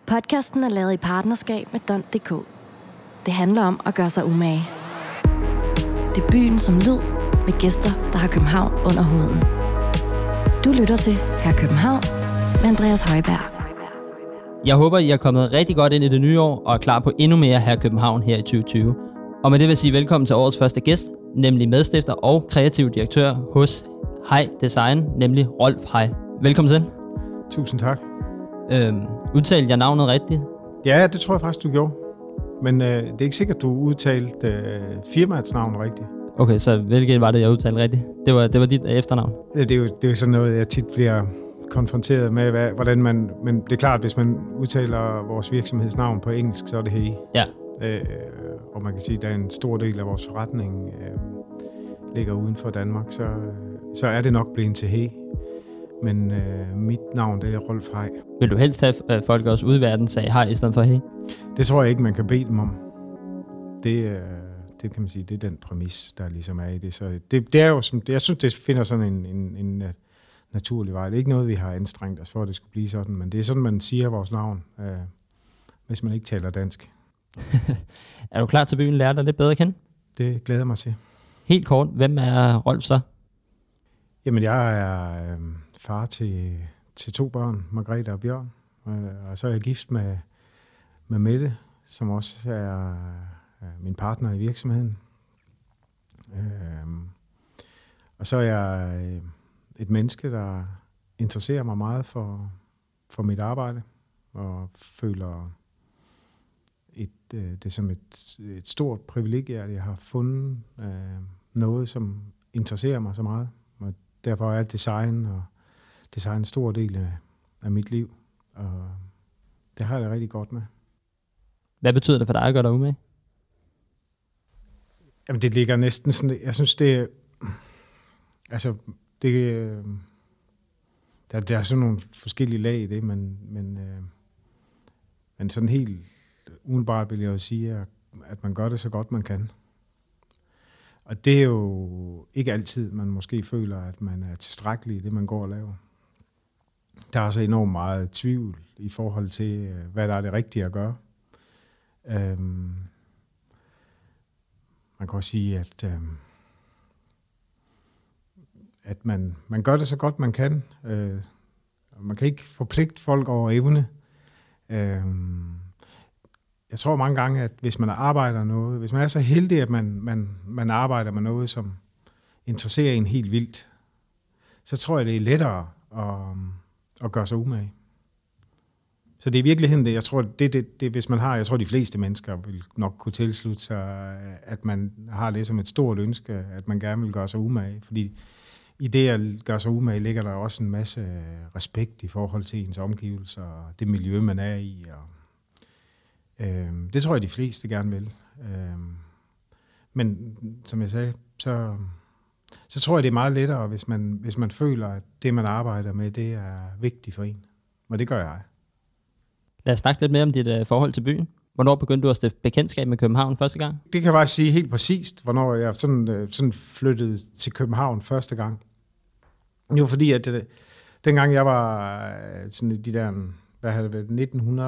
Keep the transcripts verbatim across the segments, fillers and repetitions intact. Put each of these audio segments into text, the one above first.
Podcasten er lavet i partnerskab med Don punktum d k. Det handler om at gøre sig umage. Det er byen som lyd, med gæster, der har København under huden. Du lytter til Her København med Andreas Højberg. Jeg håber, I er kommet rigtig godt ind i det nye år og er klar på endnu mere Her København her i tyve tyve. Og med det vil jeg sige velkommen til årets første gæst, nemlig medstifter og kreativ direktør hos Hej Design, nemlig Rolf Hej. Velkommen til. Tusind tak. Øhm, udtalte jeg navnet rigtigt? Ja, det tror jeg faktisk, du gjorde. Men øh, det er ikke sikkert, du udtalte øh, firmaets navn rigtigt. Okay, så hvilket var det, jeg udtalte rigtigt? Det var, det var dit efternavn? Det er jo, det er jo sådan noget, jeg tit bliver konfronteret med, hvad, hvordan man... Men det er klart, hvis man udtaler vores virksomhedsnavn på engelsk, så er det Hey. Ja. Øh, og man kan sige, at der er en stor del af vores forretning øh, ligger uden for Danmark, så, så er det nok blevet til Hey. Men øh, mit navn, det er Rolf Hej. Vil du helst have, at folk også ude i verden sagde hej i stedet for hey? Det tror jeg ikke, man kan bede dem om. Det, øh, det kan man sige, det er den præmis, der ligesom er i det. Så det, det er jo, som, jeg synes, det finder sådan en, en, en naturlig vej. Det er ikke noget, vi har anstrengt os for, at det skulle blive sådan, men det er sådan, man siger vores navn, øh, hvis man ikke taler dansk. Er du klar til byen lærer dig lidt bedre at kende? Det glæder mig til. Helt kort, hvem er Rolf så? Jamen, jeg er øh, far til, til to børn, Margrethe og Bjørn. Øh, og så er jeg gift med, med Mette, som også er øh, min partner i virksomheden. Øh, og så er jeg øh, et menneske, der interesserer mig meget for, for mit arbejde, og føler et, øh, det som et, et stort privilegie, at jeg har fundet øh, noget, som interesserer mig så meget. Og derfor er design og design en stor del af, af mit liv, og det har jeg det rigtig godt med. Hvad betyder det for dig at gøre dig umage? Jamen, det ligger næsten sådan, jeg synes, det er, altså, det, der, der er sådan nogle forskellige lag i det, men, men, øh, men sådan helt umiddelbart vil jeg jo sige, at, at man gør det så godt, man kan. Og det er jo ikke altid, man måske føler, at man er tilstrækkelig i det, man går og laver. Der er også enormt meget tvivl i forhold til, hvad der er det rigtige at gøre. Øhm, man kan også sige, at, øhm, at man, man gør det så godt, man kan. Øh, man kan ikke forpligte folk over evne. Øhm, Jeg tror mange gange, at hvis man arbejder noget, hvis man er så heldig, at man, man, man arbejder med noget, som interesserer en helt vildt, så tror jeg, det er lettere at, at gøre sig umage. Så det er i virkeligheden det, jeg tror, det, det, det, hvis man har, jeg tror, de fleste mennesker vil nok kunne tilslutte sig, at man har det som et stort ønske, at man gerne vil gøre sig umage. Fordi i det at gøre sig umage, ligger der også en masse respekt i forhold til ens omgivelser, og det miljø, man er i, og Øhm, det tror jeg, de fleste gerne vil. Øhm, men som jeg sagde, så, så tror jeg, det er meget lettere, hvis man, hvis man føler, at det, man arbejder med, det er vigtigt for en. Og det gør jeg. Lad os snakke lidt mere om dit uh, forhold til byen. Hvornår begyndte du at stifte bekendtskab med København første gang? Det kan jeg faktisk sige helt præcist, hvornår jeg sådan, øh, sådan flyttede til København første gang. Det var fordi, at det, dengang jeg var øh, sådan i de der, hvad havde det været, nitten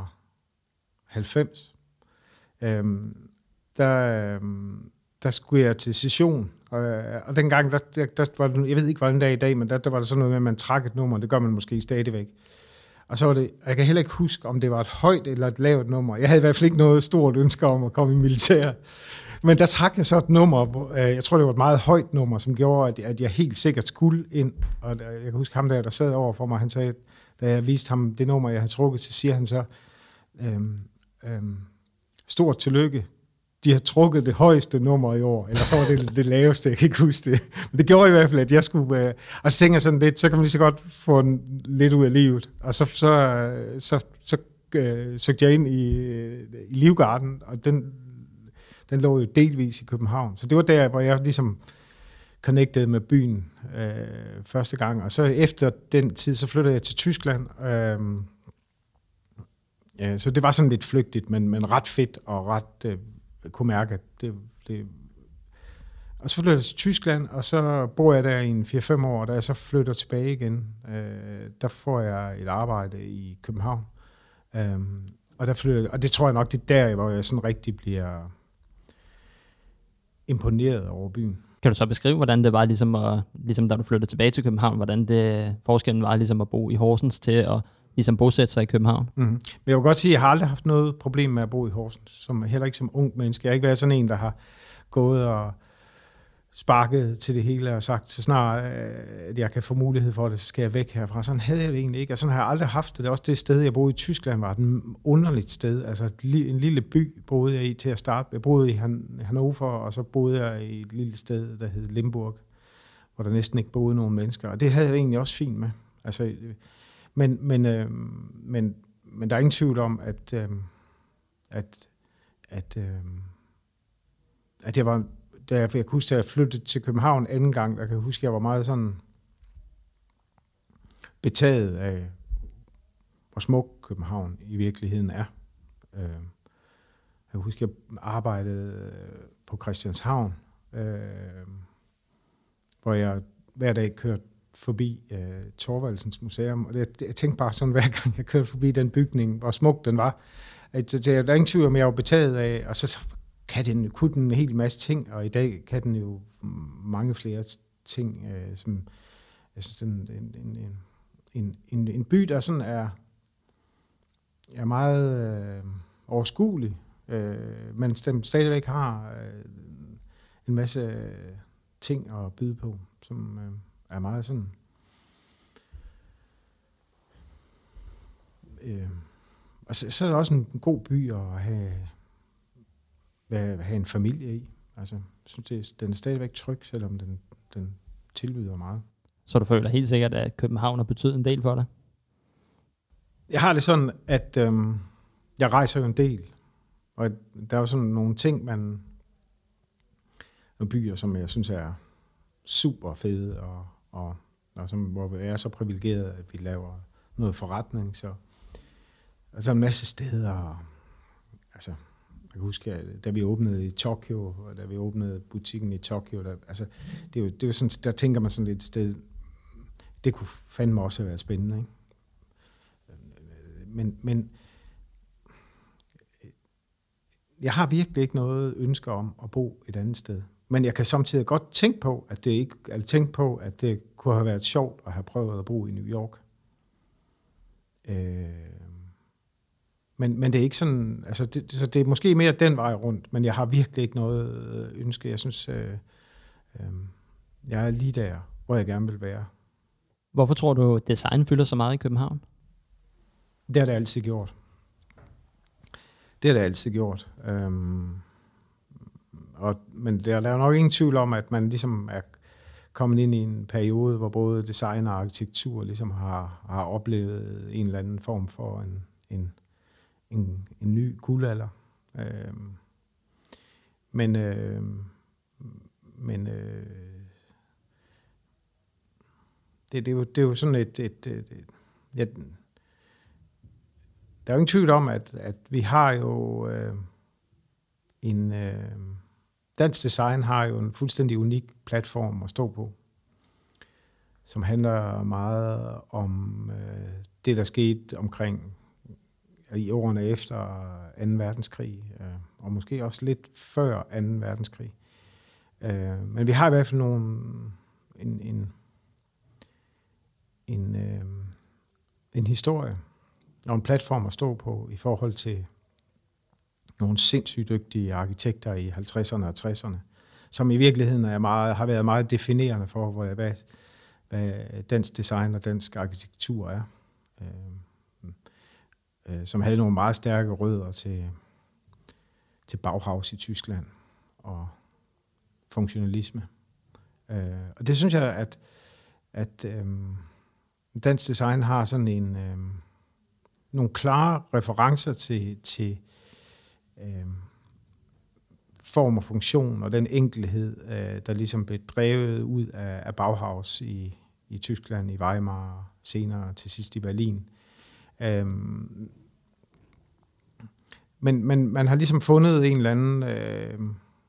halvfems, øhm, der, øhm, der skulle jeg til session, og, og dengang, der, der, der var det, jeg ved ikke, hvordan det er i dag, men der, der var der sådan noget med, at man trak et nummer, det gør man måske stadigvæk. Og så var det, jeg kan heller ikke huske, om det var et højt eller et lavt nummer. Jeg havde i hvert fald ikke noget stort ønske om at komme i militæret. Men der trak jeg så et nummer, jeg tror, det var et meget højt nummer, som gjorde, at, at jeg helt sikkert skulle ind. Og jeg kan huske ham der, der sad over for mig, han sagde, da jeg viste ham det nummer, jeg havde trukket, så siger han så, øhm, øhm, stort tillykke, de har trukket det højeste nummer i år, eller så var det det laveste, jeg kan ikke huske det. Men det gjorde i hvert fald, at jeg skulle, øh, og så tænker jeg sådan lidt, så kan man lige så godt få en, lidt ud af livet. Og så, så, så, så øh, søgte jeg ind i, i Livgarden, og den, den lå jo delvis i København. Så det var der, hvor jeg ligesom connectede med byen øh, første gang. Og så efter den tid, så flyttede jeg til Tyskland. Øh, ja, så det var sådan lidt flygtigt, men, men ret fedt og ret... Øh, kunne mærke, at det, det... Og så flytter jeg til Tyskland, og så bor jeg der i en fire fem år, og da jeg så flytter tilbage igen, øh, der får jeg et arbejde i København, Øhm, og, der flytter, og det tror jeg nok, det er der, hvor jeg sådan rigtig bliver imponeret over byen. Kan du så beskrive, hvordan det var, ligesom, at, ligesom da du flyttede tilbage til København, hvordan det forskellen var ligesom at bo i Horsens til at ligesom bosætte sig i København? Mm-hmm. Men jeg vil godt sige, at jeg har aldrig haft noget problem med at bo i Horsens, som heller ikke som ung menneske. Jeg har ikke været sådan en, der har gået og sparket til det hele og sagt, så snart at jeg kan få mulighed for det, så skal jeg væk herfra. Sådan havde jeg det egentlig ikke, og sådan har jeg aldrig haft det. Det er også det sted, jeg boede i Tyskland, var et underligt sted. Altså en lille by boede jeg i til at starte. Jeg boede i Han- Hannover, og så boede jeg i et lille sted, der hed Limburg, hvor der næsten ikke boede nogen mennesker. Og det havde jeg egentlig også fint med. Altså, men, men, øh, men, men der er ingen tvivl om, at, øh, at, at, øh, at jeg var... Da jeg, jeg kan huske, at jeg flyttede til København anden gang, der kan jeg huske, at jeg var meget sådan betaget af, hvor smuk København i virkeligheden er. Jeg kan huske, at jeg arbejdede på Christianshavn, hvor jeg hver dag kørte forbi Thorvaldsens Museum, og det, jeg tænkte bare sådan, hver gang jeg kørte forbi den bygning, hvor smuk den var. At, at, der er ingen tvivl om, jeg var betaget af, og så kan den, kunne den en hel masse ting, og i dag kan den jo mange flere ting, øh, som jeg synes, en, en, en, en, en, en by, der sådan er, er meget øh, overskuelig, øh, men den stadigvæk har øh, en masse ting at byde på, som øh, er meget sådan øh, og så, så er det også en god by at have have en familie i. Altså, jeg synes, det, den er stadigvæk tryg, selvom den, den tilbyder meget. Så du føler helt sikkert, at København har betydet en del for dig? Jeg har det sådan, at øhm, jeg rejser jo en del, og der er jo sådan nogle ting, man nogle byer, som jeg synes er super fede, og, og, og som, hvor vi er så privilegerede, at vi laver noget forretning, så altså en masse steder, og, altså jeg kan huske, at da vi åbnede i Tokyo, og da vi åbnede butikken i Tokyo, der, altså, det er jo, det er jo sådan, der tænker man sådan lidt et sted, det kunne fandme også være spændende, ikke? Men, men jeg har virkelig ikke noget ønske om at bo et andet sted. Men jeg kan samtidig godt tænke på, at det ikke, eller tænke på, at det kunne have været sjovt at have prøvet at bo i New York. Øh, Men, men det er ikke sådan, altså det, så det er måske mere den vej rundt, men jeg har virkelig ikke noget ønske. Jeg synes, øh, øh, jeg er lige der, hvor jeg gerne vil være. Hvorfor tror du, design fylder så meget i København? Det har det altid gjort. Det har det altid gjort. Øhm, og, men der er nok ingen tvivl om, at man ligesom er kommet ind i en periode, hvor både design og arkitektur ligesom har, har oplevet en eller anden form for en, en En, en ny guldalder. Øh, men øh, men øh, det, det, er jo, det er jo sådan et... et, et, et ja, der er jo ingen tvivl om, at, at vi har jo øh, en... Øh, dansk design har jo en fuldstændig unik platform at stå på, som handler meget om øh, det, der skete omkring i årene efter anden verdenskrig, øh, og måske også lidt før anden verdenskrig. Øh, men vi har i hvert fald nogle, en, en, en, øh, en historie og en platform at stå på i forhold til nogle sindssygt dygtige arkitekter i halvtredserne og tresserne, som i virkeligheden er meget, har været meget definerende for, hvad, hvad, hvad dansk design og dansk arkitektur er. Øh, som havde nogle meget stærke rødder til, til Bauhaus i Tyskland og funktionalisme. Øh, og det synes jeg, at, at øh, dansk design har sådan en, øh, nogle klare referencer til, til øh, form og funktion og den enkelhed, øh, der ligesom blev drevet ud af, af Bauhaus i, i Tyskland, i Weimar, senere til sidst i Berlin. Øhm, men, men man har ligesom fundet en eller anden øh,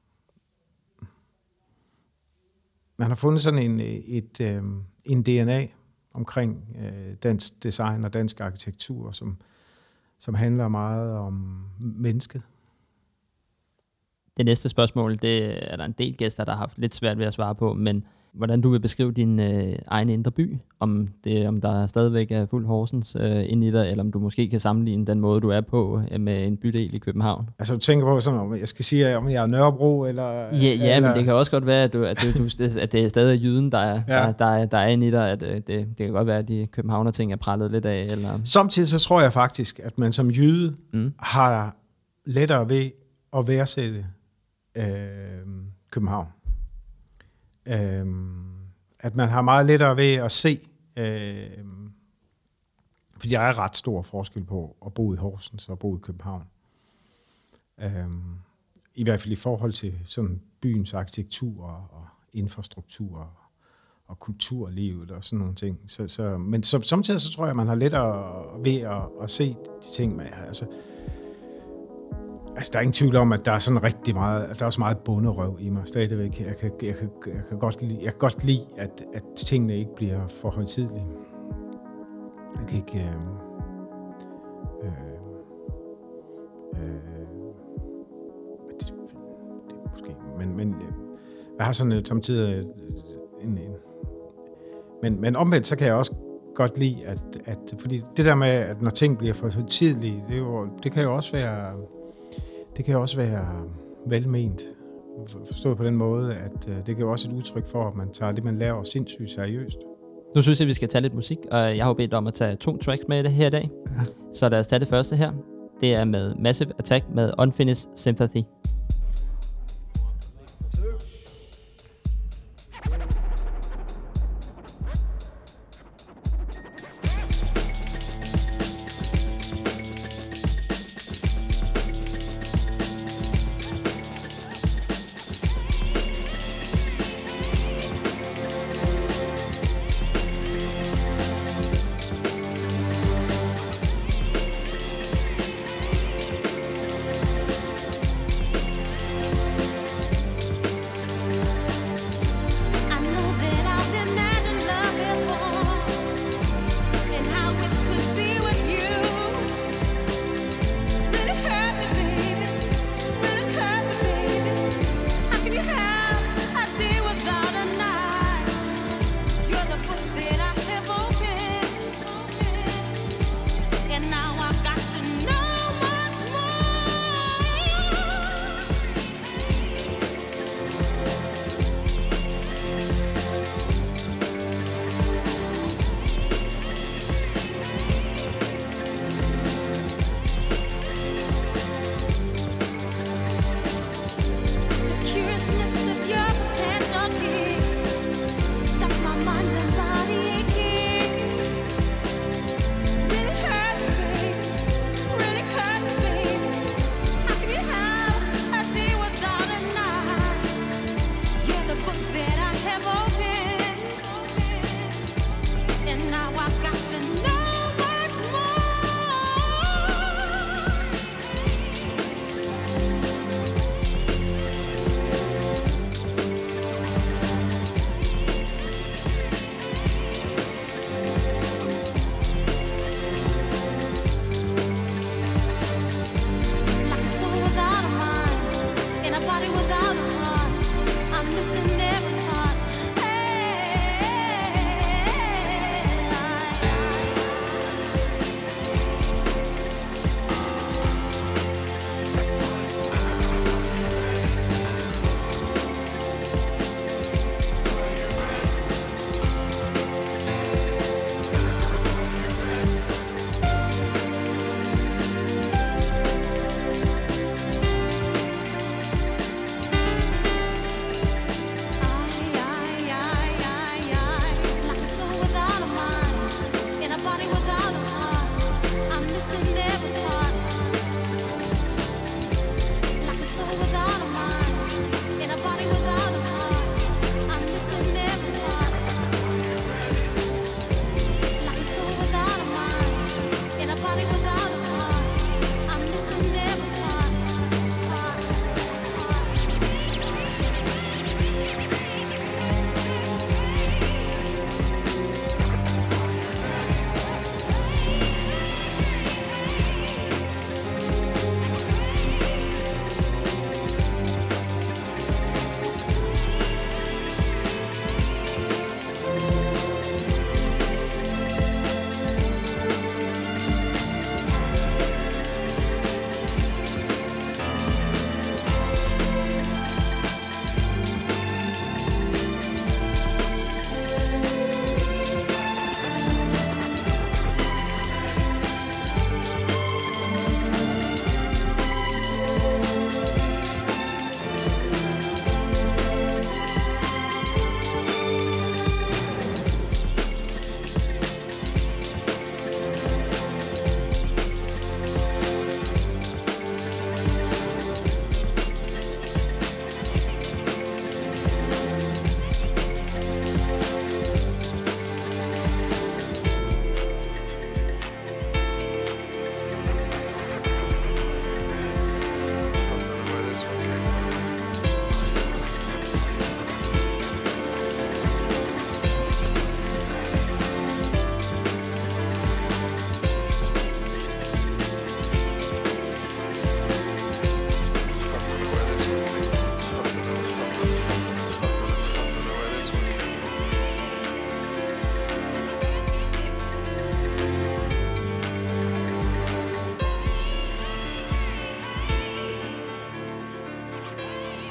man har fundet sådan en, et, øh, en D N A omkring øh, dansk design og dansk arkitektur, som, som handler meget om mennesket. Det næste spørgsmål, det er der en del gæster, der har haft lidt svært ved at svare på, men hvordan du vil beskrive din øh, egen indre by, om, det, om der stadigvæk er fuld Horsens øh, inde i dig, eller om du måske kan sammenligne den måde, du er på øh, med en bydel i København. Altså du tænker på, sådan, om jeg skal sige, om jeg er Nørrebro, eller... Ja, ja eller... men det kan også godt være, at, du, at, du, at det er stadig jyden, der er, ja. der, der, er, der er inde i dig, at øh, det, det kan godt være, at de københavner ting er prallet lidt af, eller... Samtidig så tror jeg faktisk, at man som jyde mm. har lettere ved at værdsætte øh, København. Øh, at man har meget lettere ved at se, øh, fordi der er ret stor forskel på at bo i Horsens og bo i København. Øh, I hvert fald i forhold til sådan byens arkitektur og infrastruktur og, og kulturlivet og sådan nogle ting. Så, så, men så, samtidig så tror jeg, at man har lettere ved at, at se de ting med. Altså, Altså, der er ingen tvivl om, at der er sådan rigtig meget, at der er også meget bonderøv i mig stadigvæk. Jeg kan, jeg kan, jeg kan, godt, lide, jeg kan godt lide, at, at tingene ikke bliver for højtidelige. Jeg kan ikke... Øh, øh, øh, det, det måske... Men, men jeg har sådan samtidig en, en... Men, men omvendt, så kan jeg også godt lide, at, at... Fordi det der med, at når ting bliver for højtidelige, det, jo, det kan jo også være... Det kan også være velment, forstået på den måde, at det kan jo også et udtryk for, at man tager det, man laver, sindssygt seriøst. Nu synes jeg, at vi skal tage lidt musik, og jeg har bedt om at tage to tracks med det her i dag. Ja. Så lad os tage det første her. Det er med Massive Attack med Unfinished Sympathy.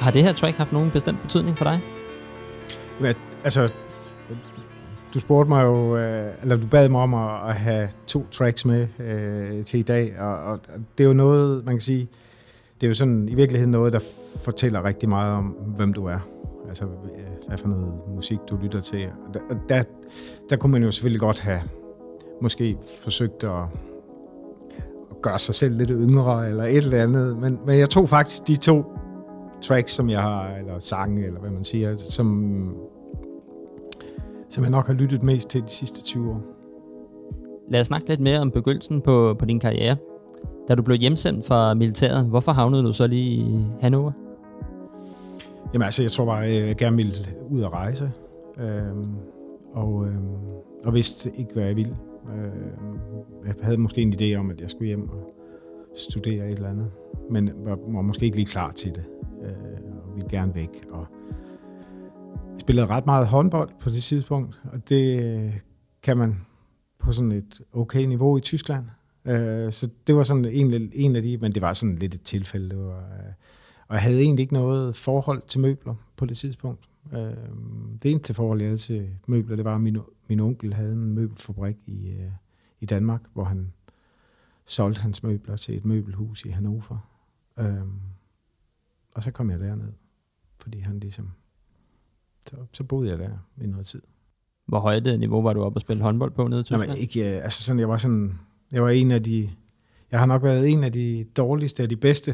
har det her track haft nogen bestemt betydning for dig? Men, altså, du spurgte mig jo, øh, eller du bad mig om at, at have to tracks med øh, til i dag, og, og det er jo noget, man kan sige, det er jo sådan i virkeligheden noget, der fortæller rigtig meget om, hvem du er. Altså, hvad for noget musik du lytter til. Og der, der, der kunne man jo selvfølgelig godt have måske forsøgt at, at gøre sig selv lidt yngre, eller et eller andet, men, men jeg tog faktisk de to tracks, som jeg har, eller sange, eller hvad man siger, som, som jeg nok har lyttet mest til de sidste tyve år. Lad os snakke lidt mere om begyndelsen på, på din karriere. Da du blev hjemsendt fra militæret, hvorfor havnede du så lige i Hannover? Jamen altså, jeg tror bare, jeg gerne ville ud at rejse, øhm, og, øhm, og vidste ikke, hvad jeg ville. Øhm, jeg havde måske en idé om, at jeg skulle hjem og studere et eller andet, men var, var måske ikke lige klar til det, øh, og ville gerne væk. Og jeg spillede ret meget håndbold på det tidspunkt, og det kan man på sådan et okay niveau i Tyskland. Øh, så det var sådan en, en af de, men det var sådan lidt et tilfælde. Det var, øh, og jeg havde egentlig ikke noget forhold til møbler på det tidspunkt. Øh, det eneste forhold, jeg havde til møbler, det var, at min, min onkel havde en møbelfabrik i, øh, i Danmark, hvor han solgte hans møbler til et møbelhus i Hannover. Øh, og så kom jeg derned, fordi han ligesom, så, så boede jeg der i noget tid. Hvor højt niveau var du oppe at spille håndbold på nede i Tyskland? Jamen, ikke, altså sådan, jeg var sådan, jeg var en af de, jeg har nok været en af de dårligste af de bedste.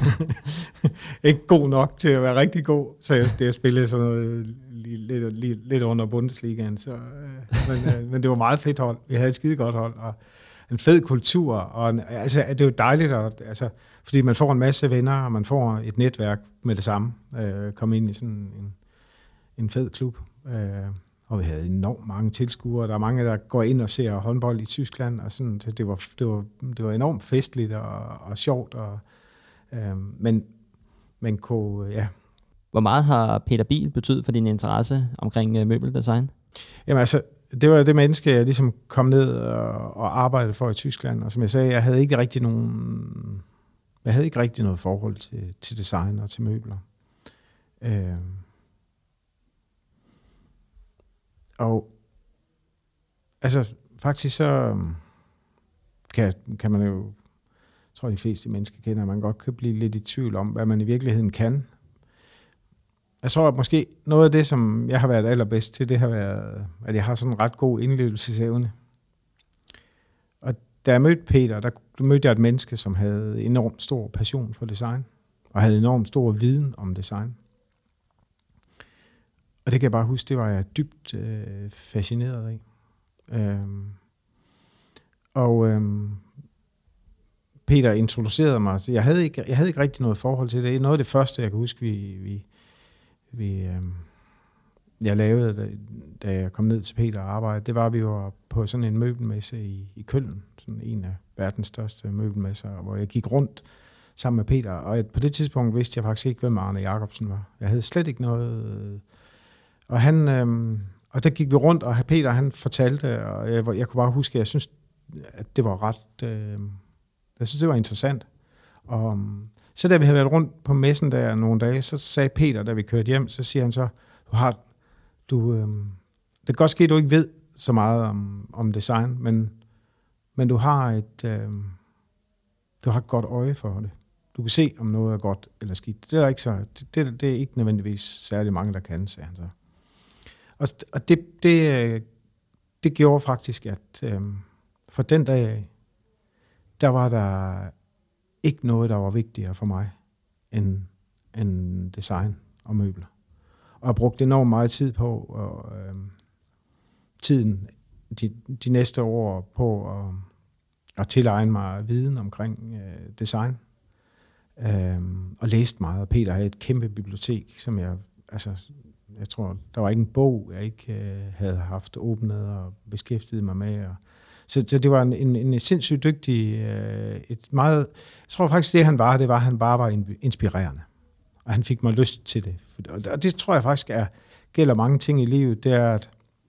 Ikke god nok til at være rigtig god, så jeg, jeg spillede sådan noget lidt, lidt, lidt under Bundesligaen. Så, øh, men, øh, men det var meget fedt hold. Vi havde et skide godt hold, og en fed kultur. Og en, altså, det er jo dejligt, at, altså, fordi man får en masse venner, og man får et netværk med det samme. Øh, komme ind i sådan en, en fed klub. Øh, Og vi havde enormt mange tilskuere. Der er mange, der går ind og ser håndbold i Tyskland. Og sådan, så det, var, det, var, det var enormt festligt og, og sjovt. Og, øh, men man kunne, ja. Hvor meget har Peter Biel betydet for din interesse omkring øh, møbeldesign? Jamen altså, det var det menneske, jeg ligesom kom ned og, og arbejdede for i Tyskland. Og som jeg sagde, jeg havde ikke rigtig nogen, jeg havde ikke rigtig noget forhold til, til design og til møbler. Øh, Og altså faktisk så kan, kan man jo, jeg tror de fleste mennesker kender, at man godt kan blive lidt i tvivl om, hvad man i virkeligheden kan. Jeg tror at måske noget af det, som jeg har været allerbedst til, det har været, at jeg har sådan en ret god indlevelsesevne. Og da jeg mødte Peter, der mødte jeg et menneske, som havde enormt stor passion for design, og havde enormt stor viden om design. Og det kan jeg bare huske, det var jeg dybt øh, fascineret af. Øhm, og øhm, Peter introducerede mig. Jeg havde, ikke, jeg havde ikke rigtig noget forhold til det. Noget af det første, jeg kan huske, vi, vi, vi, øhm, jeg lavede, da, da jeg kom ned til Peter og arbejdede, det var, at vi var på sådan en møbelmesse i, i Køln. Sådan en af verdens største møbelmesser, hvor jeg gik rundt sammen med Peter. Og på det tidspunkt vidste jeg faktisk ikke, hvem Arne Jacobsen var. Jeg havde slet ikke noget... Og han, øhm, og der gik vi rundt, og Peter han fortalte, og jeg, jeg kunne bare huske, at jeg synes, at det var ret, øh, jeg synes, det var interessant. Og så da vi havde været rundt på messen der nogle dage, så sagde Peter, da vi kørte hjem, så siger han så, du har, du, øh, det kan godt ske, at du ikke ved så meget om, om design, men, men du har et, øh, du har et godt øje for det. Du kan se, om noget er godt eller skidt. Det er ikke så, det, det er ikke nødvendigvis særlig mange, der kan, sagde han så. Og det, det, det gjorde faktisk, at øhm, for den dag, der var der ikke noget, der var vigtigere for mig, end, end design og møbler. Og jeg brugte enormt meget tid på, og øhm, tiden de, de næste år på at, at tilegne mig viden omkring øh, design. Øhm, og læste meget. Peter havde et kæmpe bibliotek, som jeg, altså, jeg tror, der var ikke en bog, jeg ikke øh, havde haft åbnet og beskæftiget mig med. Og, så, så det var en, en, en sindssygt dygtig, øh, et meget, jeg tror faktisk, det han var, det var, at han bare var inspirerende. Og han fik mig lyst til det. Og det tror jeg faktisk er, gælder mange ting i livet, det er, at,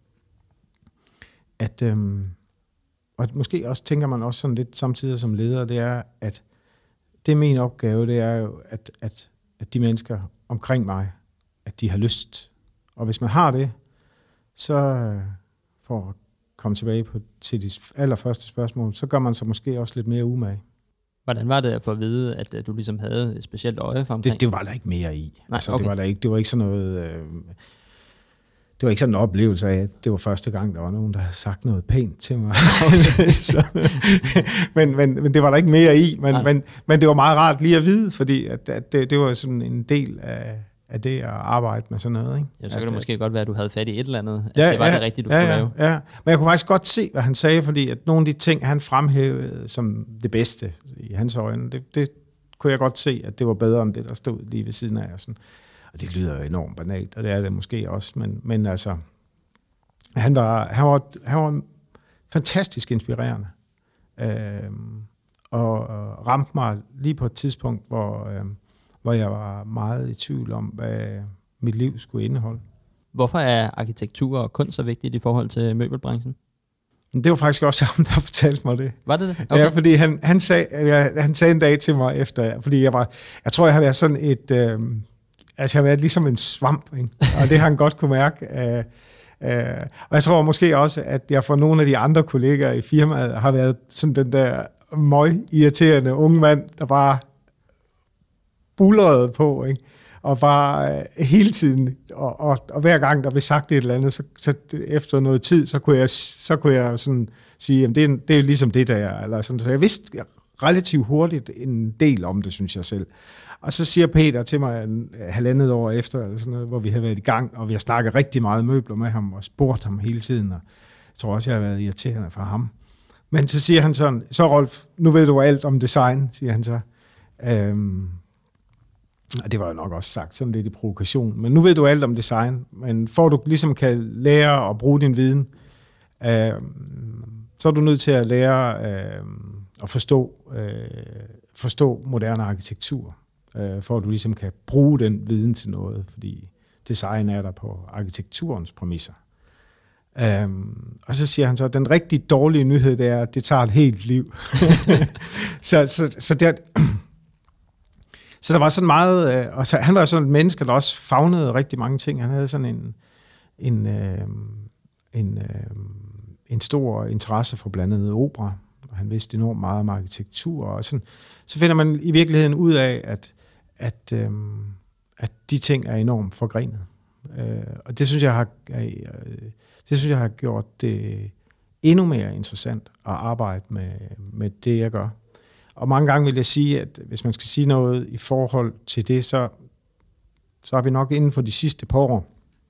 at øhm, og måske også tænker man også sådan lidt samtidig som leder, det er, at det er min opgave, det er jo, at, at, at de mennesker omkring mig, at de har lyst. Og hvis man har det, så øh, for at komme tilbage på, til de allerførste spørgsmål, så gør man sig måske også lidt mere umage. Hvordan var det at få at vide, at, at du ligesom havde et specielt øje for omkring? Det, det var der ikke mere i. Nej, altså, okay. det, var der ikke, det var ikke sådan noget... Øh, det var ikke sådan en oplevelse af, at det var første gang, der var nogen, der havde sagt noget pænt til mig. Okay. så, men, men, men det var der ikke mere i. Men, men, men det var meget rart lige at vide, fordi at, at det, det var sådan en del af, af det at arbejde med sådan noget. Ikke? Ja, så kan at, det måske godt være, at du havde fat i et eller andet. At ja, det var ja, det rigtige, du ja, skulle ja, lave. Ja, men jeg kunne faktisk godt se, hvad han sagde, fordi at nogle af de ting, han fremhævede som det bedste i hans øjne, det, det kunne jeg godt se, at det var bedre end det, der stod lige ved siden af. Og, sådan. Og det lyder jo enormt banalt, og det er det måske også, men, men altså... Han var, han, var, han var fantastisk inspirerende, øhm, og, og ramte mig lige på et tidspunkt, hvor, øhm, hvor jeg var meget i tvivl om, hvad mit liv skulle indeholde. Hvorfor er arkitektur og kunst så vigtigt i forhold til møbelbranchen? Det var faktisk også ham, der fortalte mig det. Var det det? Okay. Ja, fordi han, han, sagde, jeg, han sagde en dag til mig efter, fordi jeg var, jeg tror, jeg har været sådan et, øhm, altså jeg har været ligesom en svamp, ikke? Og det har han godt kunne mærke. Øh, Uh, og jeg tror måske også, at jeg for nogle af de andre kollegaer i firmaet har været sådan den der møg-irriterende unge mand, der bare bullerede på, ikke? Og bare uh, hele tiden, og, og, og hver gang der blev sagt et eller andet, så, så efter noget tid, så kunne jeg, så kunne jeg sådan sige, at det, er, det er ligesom det der, eller sådan. Så jeg vidste relativt hurtigt en del om det, synes jeg selv. Og så siger Peter til mig en halvandet år efter, eller sådan noget, hvor vi har været i gang, og vi har snakket rigtig meget møbler med ham, og spurgt ham hele tiden, og jeg tror også, jeg har været irriterende for ham. Men så siger han sådan, så Rolf, nu ved du alt om design, siger han så. Øhm, og det var jo nok også sagt sådan lidt i provokation, men nu ved du alt om design, men for du ligesom kan lære at bruge din viden, øhm, så er du nødt til at lære øhm, at forstå, øh, forstå moderne arkitektur, for at du ligesom kan bruge den viden til noget, fordi design er der på arkitekturens præmisser. Um, og så siger han så, at den rigtig dårlige nyhed, det er, at det tager et helt liv. så, så, så, der, så der var sådan meget, og så, han var sådan et menneske, der også favnede rigtig mange ting. Han havde sådan en, en, en, en stor interesse for blandt andet opera, og han vidste enormt meget om arkitektur, og sådan, så finder man i virkeligheden ud af, at At, øhm, at de ting er enormt forgrenet. Øh, og det synes jeg har, øh, det synes jeg har gjort det endnu mere interessant at arbejde med, med det, jeg gør. Og mange gange vil jeg sige, at hvis man skal sige noget i forhold til det, så, så har vi nok inden for de sidste par år,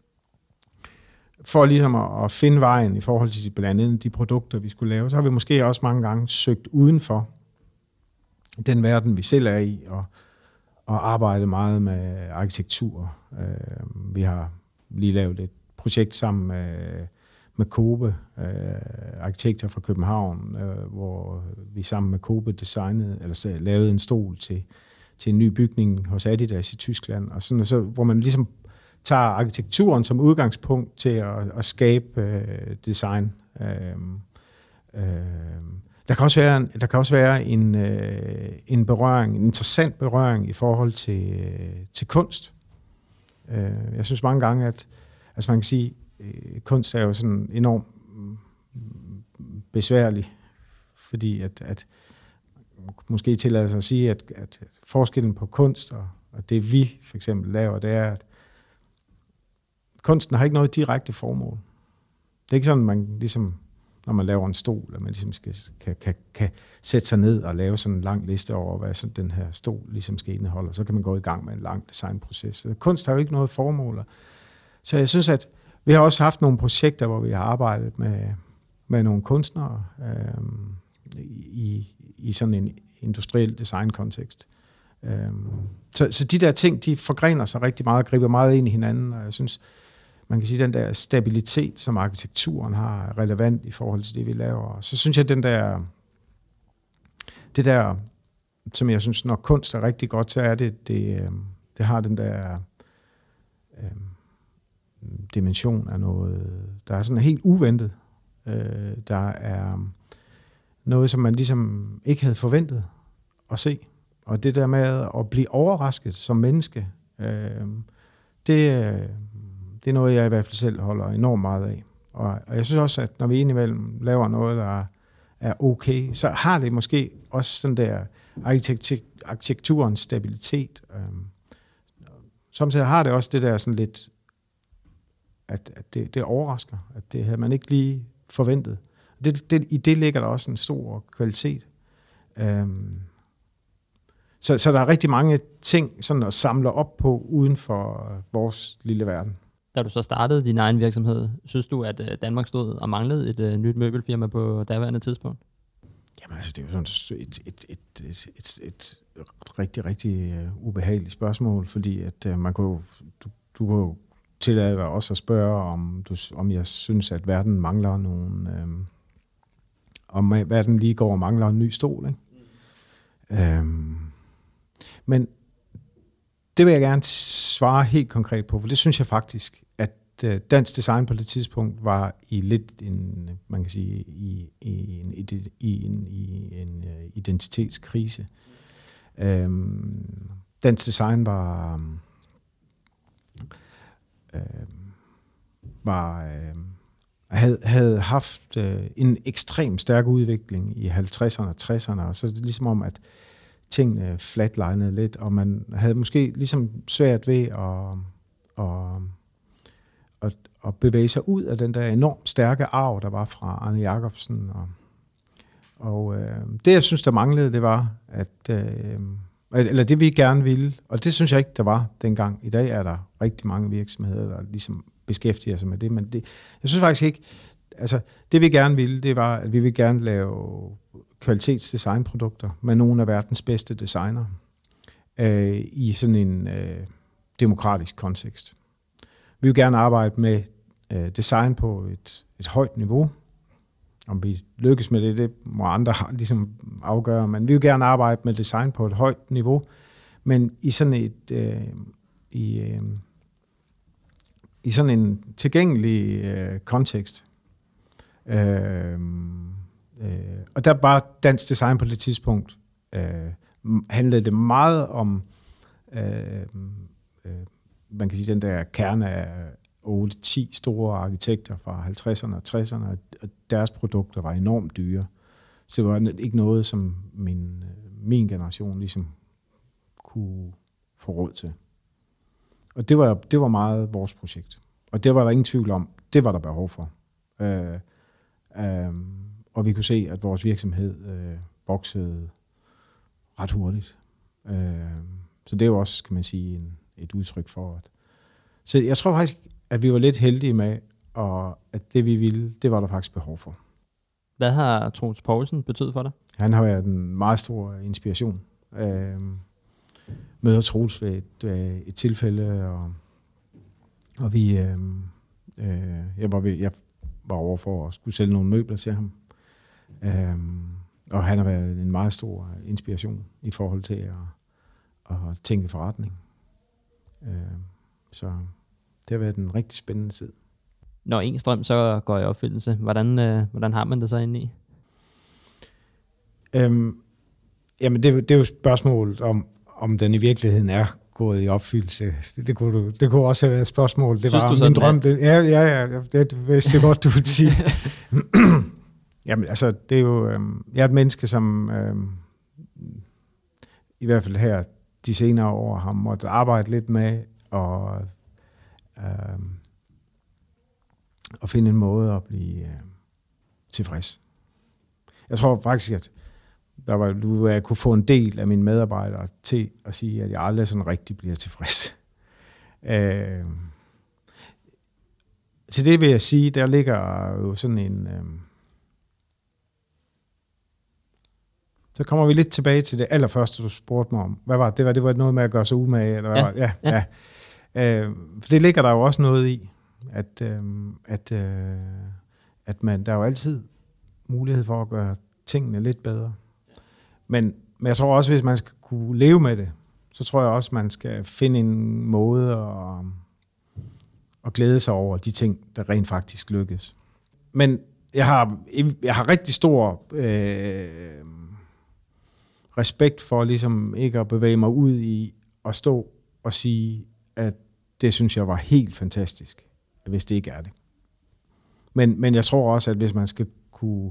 for ligesom at, at finde vejen i forhold til blandt andet de produkter, vi skulle lave, så har vi måske også mange gange søgt uden for den verden, vi selv er i, og og arbejdet meget med arkitektur. Uh, vi har lige lavet et projekt sammen med, med Kobe, uh, arkitekter fra København, uh, hvor vi sammen med Kobe designede, eller lavede en stol til, til en ny bygning hos Adidas i Tyskland, og sådan, og så, hvor man ligesom tager arkitekturen som udgangspunkt til at, at skabe uh, design. Uh, uh, Der kan også være, der kan også være en, øh, en berøring, en interessant berøring i forhold til, øh, til kunst. Øh, jeg synes mange gange, at altså man kan sige, øh, kunst er jo sådan enormt besværlig, fordi at, at måske tillader sig at sige, at, at forskellen på kunst og, og det vi for eksempel laver, det er, at kunsten har ikke noget direkte formål. Det er ikke sådan, man ligesom når man laver en stol, at man ligesom skal, kan, kan, kan sætte sig ned og lave sådan en lang liste over, hvad sådan den her stol ligesom skal indeholde, og så kan man gå i gang med en lang designproces. Så kunst har jo ikke noget formål. Så jeg synes, at vi har også haft nogle projekter, hvor vi har arbejdet med, med nogle kunstnere øh, i, i sådan en industriel designkontekst. Øh, så, så de der ting, de forgrener sig rigtig meget og griber meget ind i hinanden, og jeg synes, man kan sige, den der stabilitet, som arkitekturen har, er relevant i forhold til det, vi laver. Så synes jeg, den der, det der, som jeg synes, når kunst er rigtig godt, så er det, det, det har den der øh, dimension af noget, der er sådan helt uventet. Øh, der er noget, som man ligesom ikke havde forventet at se. Og det der med at blive overrasket som menneske, Øh, det, det er noget, jeg i hvert fald selv holder enormt meget af. Og, og jeg synes også, at når vi indimellem laver noget, der er okay, så har det måske også sådan der arkitektur, arkitekturens stabilitet. Øhm, samtidig har det også det der sådan lidt, at, at det, det overrasker, at det havde man ikke lige forventet. Det, det, I det ligger der også en stor kvalitet. Øhm, så, så der er rigtig mange ting sådan at samle op på uden for vores lille verden. Da du så startede din egen virksomhed, synes du, at Danmark stod og manglede et uh, nyt møbelfirma på daværende tidspunkt? Jamen altså, det er jo sådan et, et, et, et, et, et rigtig, rigtig uh, ubehageligt spørgsmål, fordi at uh, man kunne, du, du kunne jo tillade dig også at spørge, om, du, om jeg synes, at verden mangler nogen, øhm, om verden lige går og mangler en ny stol, ikke? Mm. Øhm, men det vil jeg gerne svare helt konkret på, for det synes jeg faktisk, at uh, dansk design på det tidspunkt var i lidt en, man kan sige, i, i en, i en, i en uh, identitetskrise. Øhm, dansk design var øh, var øh, havde, havde haft øh, en ekstremt stærk udvikling i halvtredserne og tresserne, og så er det ligesom om, at tingene flatlinede lidt, og man havde måske ligesom svært ved at, at, at, at bevæge sig ud af den der enormt stærke arv, der var fra Arne Jacobsen. Og, og øh, det, jeg synes, der manglede, det var, at øh, eller det vi gerne ville, og det synes jeg ikke, der var dengang. I dag er der rigtig mange virksomheder, der ligesom beskæftiger sig med det, men det, jeg synes faktisk ikke, altså det vi gerne ville, det var, at vi ville gerne lave kvalitetsdesignprodukter med nogle af verdens bedste designer øh, i sådan en øh, demokratisk kontekst. Vi vil gerne arbejde med øh, design på et, et højt niveau. Om vi lykkes med det, det må andre ligesom afgøre, men vi vil gerne arbejde med design på et højt niveau, men i sådan et øh, i, øh, i sådan en tilgængelig øh, kontekst. Øh, øh, og der var dansk design på det tidspunkt, øh, handlede det meget om, øh, øh, man kan sige, den der kerne af otte ti store arkitekter fra halvtredserne og tresserne, og deres produkter var enormt dyre. Så det var ikke noget, som min, min generation ligesom kunne få råd til. Og det var, det var meget vores projekt. Og det var der ingen tvivl om. Det var der behov for. Øh, øh, og vi kunne se, at vores virksomhed øh, voksede ret hurtigt. Øh, så det er jo også, kan man sige, en, et udtryk for, at... Så jeg tror faktisk, at vi var lidt heldige med, og at det vi ville, det var der faktisk behov for. Hvad har Troels Poulsen betydet for dig? Han har været en meget stor inspiration. Øh, møder Troels ved et, et tilfælde, og, og vi, øh, øh, jeg, var ved, jeg var over for at skulle sælge nogle møbler til ham. Øh, og han har været en meget stor inspiration i forhold til at, at tænke forretning. Øh, så det har været en rigtig spændende tid. Når en strøm så går i opfyldelse, hvordan, øh, hvordan har man det så inde i? Øhm, jamen det, det er jo spørgsmålet om, om den i virkeligheden er gået i opfyldelse. Det, det, kunne, det kunne også have været et spørgsmål. Det Synes var du sådan, min drøm. Det, ja, ja, ja, det vidste jeg godt, du ville sige. Jamen altså, det er jo... Øhm, jeg er et menneske, som øhm, i hvert fald her de senere år har måttet arbejde lidt med og øhm, at finde en måde at blive øh, tilfreds. Jeg tror faktisk, at der var, du jeg kunne få en del af mine medarbejdere til at sige, at jeg aldrig sådan rigtig bliver tilfreds. Øh, til det vil jeg sige, der ligger jo sådan en... Øh, så kommer vi lidt tilbage til det allerførste, du spurgte mig om. Hvad var det? Det var, det var noget med at gøre sig umage, eller hvad ja, var det? Ja, ja. ja. Øh, for det ligger der jo også noget i, at, øh, at, øh, at man, der er jo altid mulighed for at gøre tingene lidt bedre. Men, men jeg tror også, hvis man skal kunne leve med det, så tror jeg også, man skal finde en måde at, at glæde sig over de ting, der rent faktisk lykkes. Men jeg har, jeg har rigtig stor øh, respekt for ligesom ikke at bevæge mig ud i at stå og sige, at det synes jeg var helt fantastisk, hvis det ikke er det. Men, men jeg tror også, at hvis man skal kunne,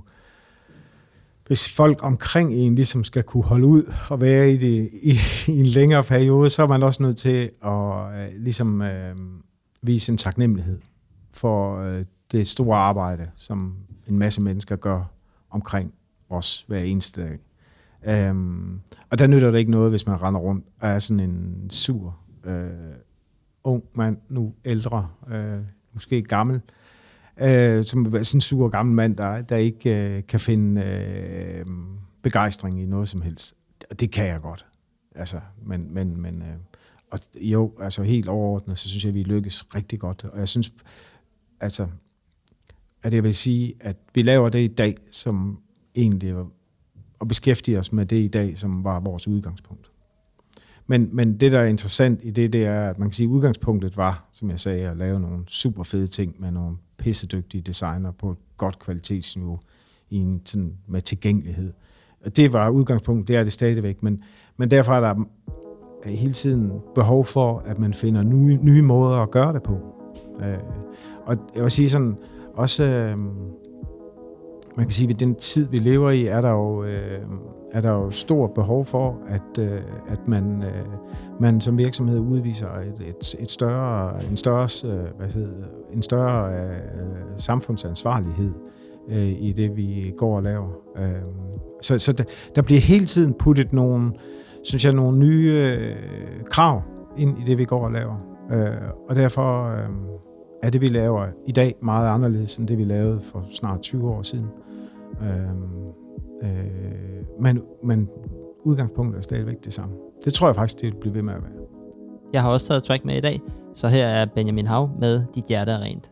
hvis folk omkring en ligesom skal kunne holde ud og være i det i, i en længere periode, så er man også nødt til at øh, ligesom øh, vise en taknemmelighed for øh, det store arbejde, som en masse mennesker gør omkring os hver eneste dag. Um, og der nytter det ikke noget, hvis man render rundt og er sådan en sur, øh, ung mand, nu ældre, øh, måske gammel, øh, som sådan en sur gammel mand, der, der ikke øh, kan finde øh, begejstring i noget som helst. Det kan jeg godt. Altså, men, men, men øh, og jo, altså helt overordnet, så synes jeg, at vi lykkes rigtig godt. Og jeg synes, altså, at jeg vil sige, at vi laver det i dag, som egentlig var, og beskæftiger os med det i dag, som var vores udgangspunkt. Men, men det, der er interessant i det, det er, at man kan sige, at udgangspunktet var, som jeg sagde, at lave nogle super fede ting med nogle pissedygtige designer på et godt kvalitetsniveau i en, sådan, med tilgængelighed. Og det var udgangspunktet, det er det stadigvæk, men, men derfor er der hele tiden behov for, at man finder nye, nye måder at gøre det på. Øh, og jeg vil sige sådan, også... Øh, Man kan sige, at ved den tid, vi lever i, er der jo, øh, er der jo stor behov for, at, øh, at man, øh, man som virksomhed udviser et, et, et større, en større, øh, hvad hedder, en større øh, samfundsansvarlighed øh, i det, vi går og laver. Øh, så så der, der bliver hele tiden puttet nogle, synes jeg, nogle nye øh, krav ind i det, vi går og laver. Øh, og derfor... Øh, er det, vi laver i dag, meget anderledes end det, vi lavede for snart tyve år siden. Øhm, øh, men, men udgangspunktet er stadigvæk det samme. Det tror jeg faktisk, det vil blive ved med at være. Jeg har også taget track med i dag, så her er Benjamin Hav med Dit hjerte er rent.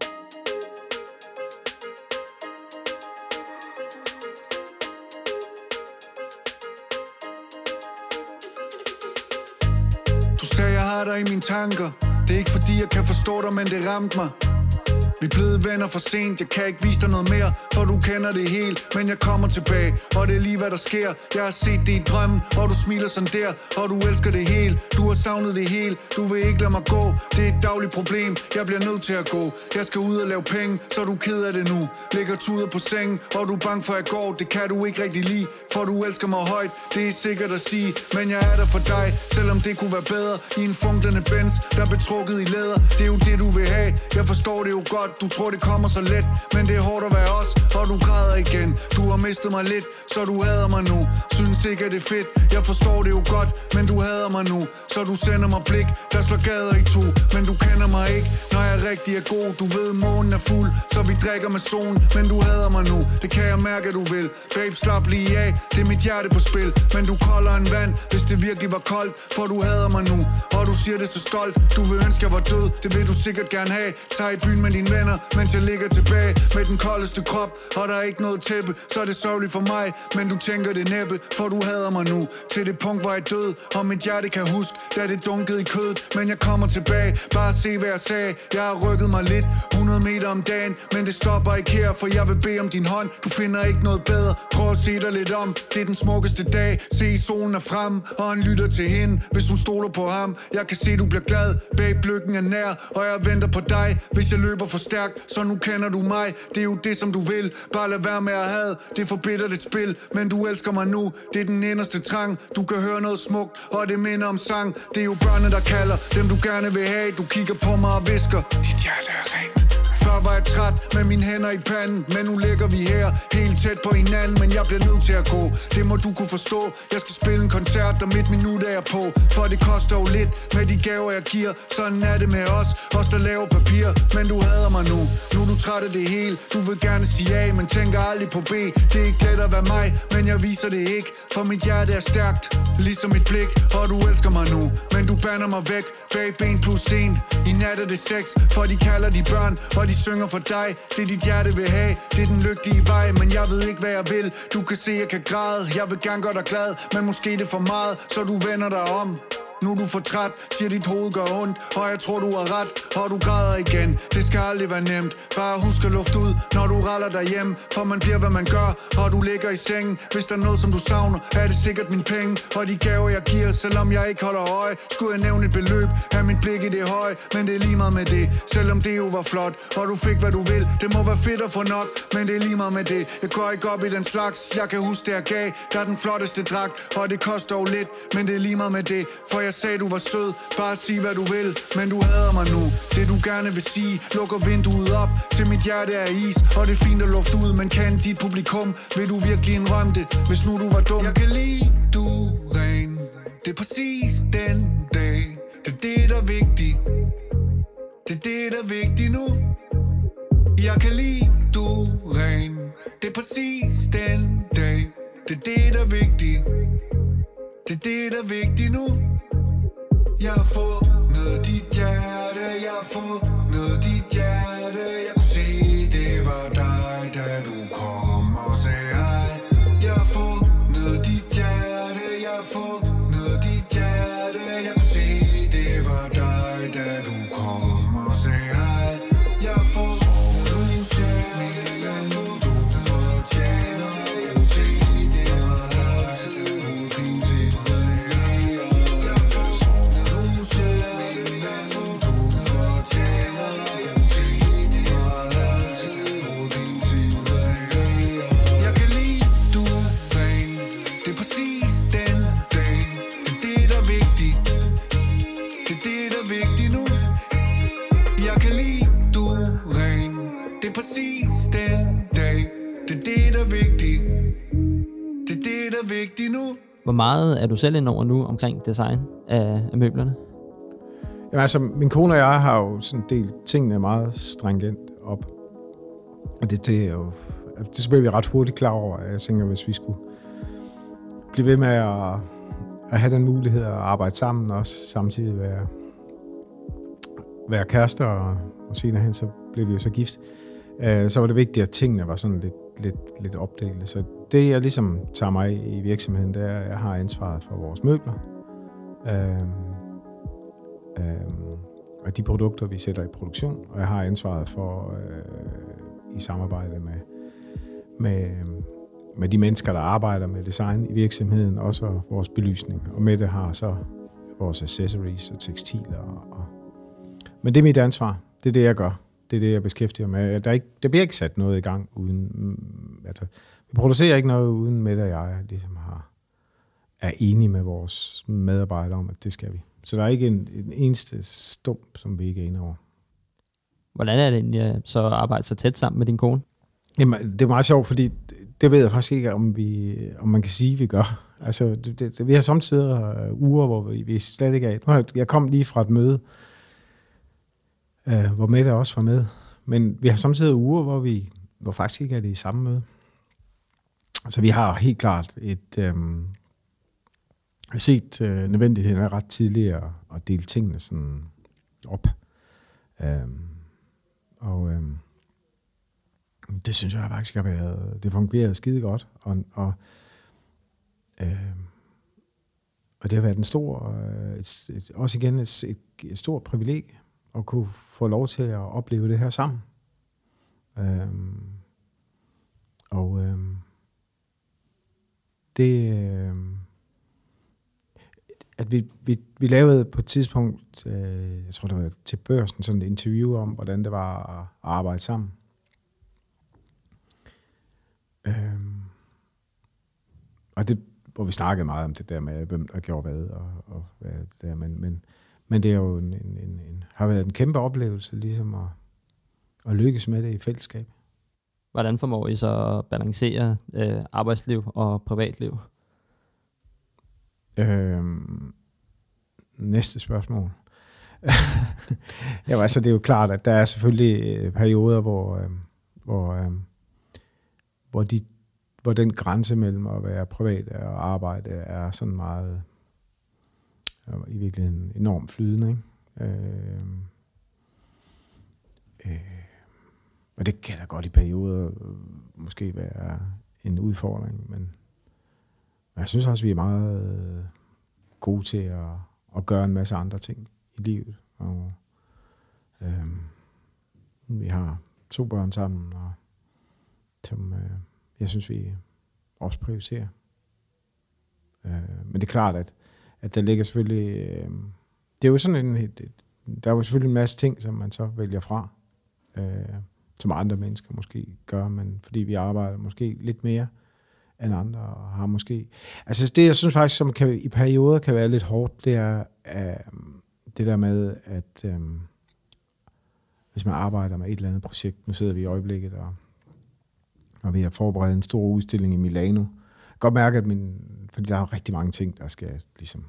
Du sagde, jeg har dig i mine tanker. Det er ikke fordi, jeg kan forstå dig, men det ramte mig. Vi er blevet venner for sent, jeg kan ikke vise dig noget mere, for du kender det helt, men jeg kommer tilbage, og det er lige hvad der sker. Jeg har set det i drømmen, og du smiler sådan der, og du elsker det hele. Du har savnet det hele, du vil ikke lade mig gå. Det er et dagligt problem, jeg bliver nødt til at gå. Jeg skal ud og lave penge, så er du ked af det nu. Ligger tuder på sengen, og du er bange for at jeg går. Det kan du ikke rigtig lide, for du elsker mig højt. Det er sikkert at sige, men jeg er der for dig, selvom det kunne være bedre. I en funklende Benz, der er betrukket i læder. Det er jo det du vil have, jeg forstår det jo godt. Du tror det kommer så let, men det er hårdt at være os, og du græder igen. Du har mistet mig lidt, så du hader mig nu. Synes ikke at det er fedt, jeg forstår det jo godt, men du hader mig nu. Så du sender mig blik, der slår gader i to. Men du kender mig ikke, når jeg rigtig er god. Du ved månen er fuld, så vi drikker med solen. Men du hader mig nu, det kan jeg mærke at du vil. Babe, slap lige af, det er mit hjerte på spil. Men du kolder en vand, hvis det virkelig var koldt. For du hader mig nu, og du siger det så stolt. Du vil ønske jeg var død, det vil du sikkert gerne have. Tag i byen med dine venner, mens jeg ligger tilbage med den koldeste krop, og der er ikke noget tæppe, så er det sørgeligt for mig, men du tænker det næppe, for du hader mig nu, til det punkt hvor jeg død, og mit hjerte kan huske, da det dunkede i kødet, men jeg kommer tilbage, bare se hvad jeg sagde, jeg har rykket mig lidt, hundrede meter om dagen, men det stopper ikke her, for jeg vil bede om din hånd, du finder ikke noget bedre, prøv at se dig lidt om, det er den smukkeste dag, se solen er frem, og han lytter til hende, hvis hun stoler på ham, jeg kan se du bliver glad, babe lykken er nær, og jeg venter på dig, hvis jeg løber for stærkt, så nu kender du mig, det er jo det som du vil. Bare lad være med at have, det forbitter dit spil. Men du elsker mig nu, det er den inderste trang. Du kan høre noget smukt, og det minder om sang. Det er jo børnene der kalder, dem du gerne vil have. Du kigger på mig og visker, dit hjerte er rent. Før var jeg træt med mine hænder i panden, men nu ligger vi her, helt tæt på hinanden. Men jeg bliver nødt til at gå, det må du kunne forstå. Jeg skal spille en koncert, og mit minut er jeg på. For det koster jo lidt med de gaver jeg giver. Sådan er det med os, os der laver papir. Men du hader mig nu, nu er du træt af det hele. Du vil gerne sige A, men tænker aldrig på B. Det er ikke let at være mig, men jeg viser det ikke. For mit hjerte er stærkt, ligesom mit blik. Og du elsker mig nu, men du bander mig væk. Bag ben plus en, i nat er det sex. For de kalder de børn, og de synger for dig. Det dit hjerte vil have, det er den lykkelige vej. Men jeg ved ikke hvad jeg vil, du kan se jeg kan græde. Jeg vil gerne gøre dig glad, men måske det er for meget, så du vender dig om. Nu er du for træt, siger dit hoved gør ondt, og jeg tror du har ret, og du græder igen. Det skal aldrig være nemt, bare husk at luft ud, når du raller derhjem, for man bliver hvad man gør, og du ligger i sengen. Hvis der er noget som du savner, er det sikkert min penge, og de gaver jeg giver, selvom jeg ikke holder øje. Skulle jeg nævne et beløb, er mit blik i det høje, men det er lige meget med det, selvom det jo var flot, og du fik hvad du vil. Det må være fedt at få nok, men det er lige meget med det. Jeg går ikke op i den slags, jeg kan huske det jeg gav, der er den flotteste dragt, og det koster jo lidt, men det er lige meget med det, for jeg sagde du var sød, bare sig hvad du vil, men du hader mig nu, det du gerne vil sige, lukker vinduet op, til mit hjerte er is, og det er fint at lufte ud, men kan dit publikum, vil du virkelig indrømme det, hvis nu du var dum? Jeg kan lide, du ren, det er præcis den dag, det er det der er vigtigt, det er det der er vigtigt nu. Jeg kan lide, du ren, det er præcis den dag, det er det der er vigtigt, det er det der er vigtigt nu. Jeg har fundet dit hjerte, jeg har fundet dit hjerte. Jeg kunne se, det var dig, da du kom og sagde hej. Jeg har fundet dit hjerte, jeg har fundet dit hjerte. Jeg kunne se, det var dig, da du kom og sagde hej. Jeg har fundet dit hjerte, du fortjener. Jeg kunne se, det var altid hovedpine til at sige hej. Jeg har fundet jeg kan lide, du ren, det er præcis den dag, det er det der er vigtigt, det er det der er vigtigt nu. Jeg kan lide, du ren, det er præcis den dag, det er det der er vigtigt, det er det der er vigtigt nu. Hvor meget er du selv ind over nu omkring design af, af møblerne? Jamen altså, min kone og jeg har jo sådan delt tingene meget stringent op. Og det, det er jo... Det så blev vi ret hurtigt klar over. Jeg tænker, hvis vi skulle blive ved med at, at have den mulighed at arbejde sammen, og samtidig være, være kærester, og, og senere hen, så blev vi jo så gift. Uh, så var det vigtigt, at tingene var sådan lidt, lidt, lidt opdelte. Så det, jeg ligesom tager mig i virksomheden, det er, at jeg har ansvaret for vores møbler. Uh, uh, og de produkter, vi sætter i produktion. Og jeg har ansvaret for, uh, i samarbejde med Med, med de mennesker, der arbejder med design i virksomheden, også vores belysning. Og med det har så vores accessories og tekstiler. Og, men det er mit ansvar. Det er det, jeg gør. Det er det, jeg beskæftiger med. Der, er ikke, der bliver ikke sat noget i gang uden... Altså, vi producerer ikke noget uden med, at jeg ligesom har, er enig med vores medarbejdere om, at det skal vi. Så der er ikke en, en eneste stump, som vi ikke er enige over. Hvordan er det egentlig så at arbejde så tæt sammen med din kone? Jamen, det er meget sjovt, fordi det ved jeg faktisk ikke, om, vi, om man kan sige, at vi gør. Altså, det, det, vi har samtidig uger, hvor vi, vi slet ikke er. Nu, jeg kom lige fra et møde, øh, hvor Mette også var med. Men vi har samtidig uger, hvor vi hvor faktisk ikke er det i samme møde. Så vi har helt klart et øh, set øh, nødvendigheden af ret tidligt at, at dele tingene sådan op. Øh, og... Øh, Det synes jeg faktisk har været, det fungerer skide godt, og, og, øh, og det har været en stor, et, et, også igen et, et, et stort privilegie at kunne få lov til at opleve det her sammen. Øh, og øh, det, øh, at vi, vi, vi lavede på et tidspunkt, øh, jeg tror det var til Børsen, sådan et interview om, hvordan det var at arbejde sammen. Øhm, og det, hvor vi snakkede meget om det der med, hvem der gjorde hvad, og, og hvad det der, men, men, men det er jo en, en, en, en, har været en kæmpe oplevelse, ligesom at, at lykkes med det i fællesskab. Hvordan formår I så at balancere øh, arbejdsliv og privatliv? Øhm, næste spørgsmål. Ja, altså det er jo klart, at der er selvfølgelig perioder, hvor, øh, hvor øh, Hvor, de, hvor den grænse mellem at være privat og arbejde er sådan meget, i virkeligheden enormt flydende, ikke? Øh, øh, og det kan da godt i perioder måske være en udfordring, men jeg synes også, vi er meget gode til at, og gøre en masse andre ting i livet. Og øh, vi har to børn sammen, og som øh, jeg synes, vi også prioriterer. Øh, men det er klart, at, at der ligger selvfølgelig... Øh, det er jo sådan en... Et, der er jo selvfølgelig en masse ting, som man så vælger fra, øh, som andre mennesker måske gør, men fordi vi arbejder måske lidt mere end andre, og har måske... Altså det, jeg synes faktisk, som kan, i perioder kan være lidt hårdt, det er øh, det der med, at øh, hvis man arbejder med et eller andet projekt, nu sidder vi i øjeblikket, og, og vi har forberedt en stor udstilling i Milano. Jeg kan godt mærke, at min... Fordi der er rigtig mange ting, der skal ligesom...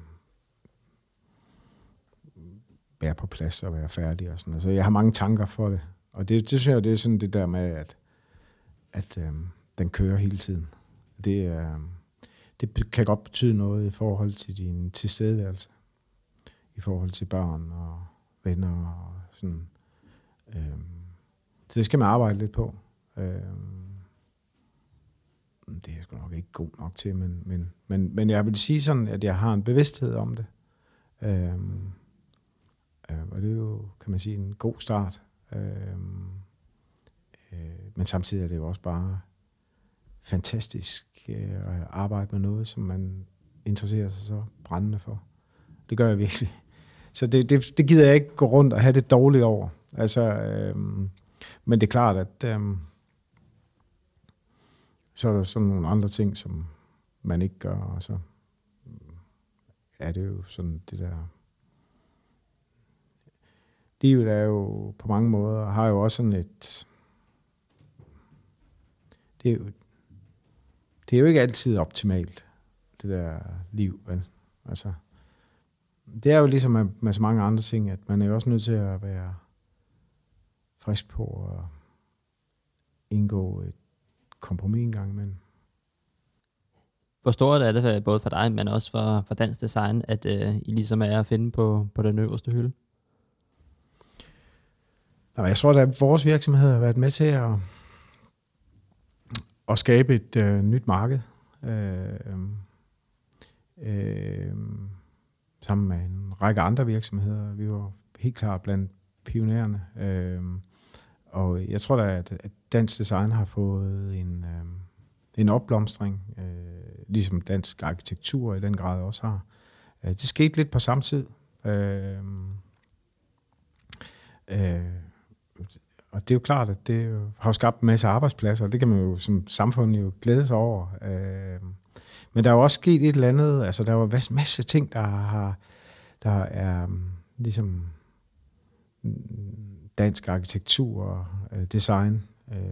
være på plads og være færdig og sådan. Altså, jeg har mange tanker for det. Og det, det synes jeg, det er sådan det der med, at, at øhm, den kører hele tiden. Det, øh, det kan godt betyde noget i forhold til din tilstedeværelse. I forhold til børn og venner og sådan. Øhm, så det skal man arbejde lidt på. Øhm, det er jeg sgu nok ikke god nok til, men, men, men, men jeg vil sige sådan, at jeg har en bevidsthed om det. Øhm, Og det er jo, kan man sige, en god start. Øhm, øh, men samtidig er det jo også bare fantastisk øh, at arbejde med noget, som man interesserer sig så brændende for. Det gør jeg virkelig. Så det, det, det gider jeg ikke gå rundt og have det dårligt over. Altså, øhm, men det er klart, at øhm, så er der sådan nogle andre ting, som man ikke gør, og så er det jo sådan det der... Livet er jo på mange måder, har jo også sådan et... Det er jo, det er jo ikke altid optimalt, det der liv, vel? Altså, det er jo ligesom med, med så mange andre ting, at man er jo også nødt til at være frisk på at indgå et kompromis en gang imellem. Hvor stort er det både for dig, men også for, for dansk design, at øh, I ligesom er at finde på, på den øverste hylde? Jeg tror, at vores virksomhed har været med til at, at skabe et øh, nyt marked. Øh, øh, sammen med en række andre virksomheder. Vi var helt klart blandt pionererne. Øh, og jeg tror da, at, at dansk design har fået en, øh, en opblomstring, øh, ligesom dansk arkitektur i den grad også har. Øh, det skete lidt på samme tid. Øh, øh, Og det er jo klart, at det jo har jo skabt en masse arbejdspladser, og det kan man jo som samfund jo glæde sig over. Men der er jo også sket et eller andet, altså der er jo en masse ting, der har, der er ligesom dansk arkitektur og design,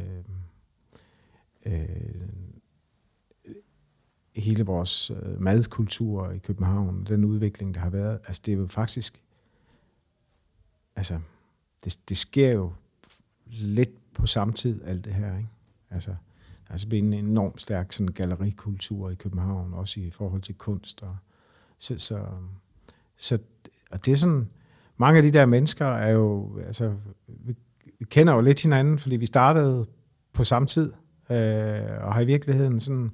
hele vores madkultur i København, den udvikling, der har været, altså det er jo faktisk, altså det, det sker jo lidt på samme tid, alt det her, ikke? Altså, der er altså blevet en enormt stærk sådan gallerikultur i København, også i forhold til kunst. Og, så, så, så, og det er sådan, mange af de der mennesker er jo, altså, vi, vi kender jo lidt hinanden, fordi vi startede på samme tid, øh, og har i virkeligheden sådan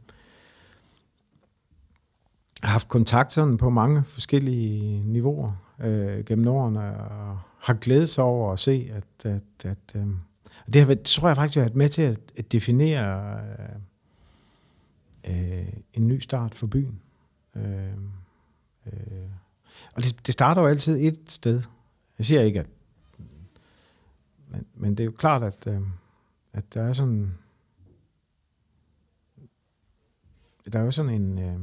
haft kontakt sådan på mange forskellige niveauer øh, gennem årene, og har glædet sig over at se, at, at, at øh, det har været, tror jeg faktisk, har været med til at, at definere øh, en ny start for byen. Øh, øh, og det, det starter jo altid et sted. Jeg siger ikke, at men, men det er jo klart, at, øh, at der er sådan der er jo sådan en øh,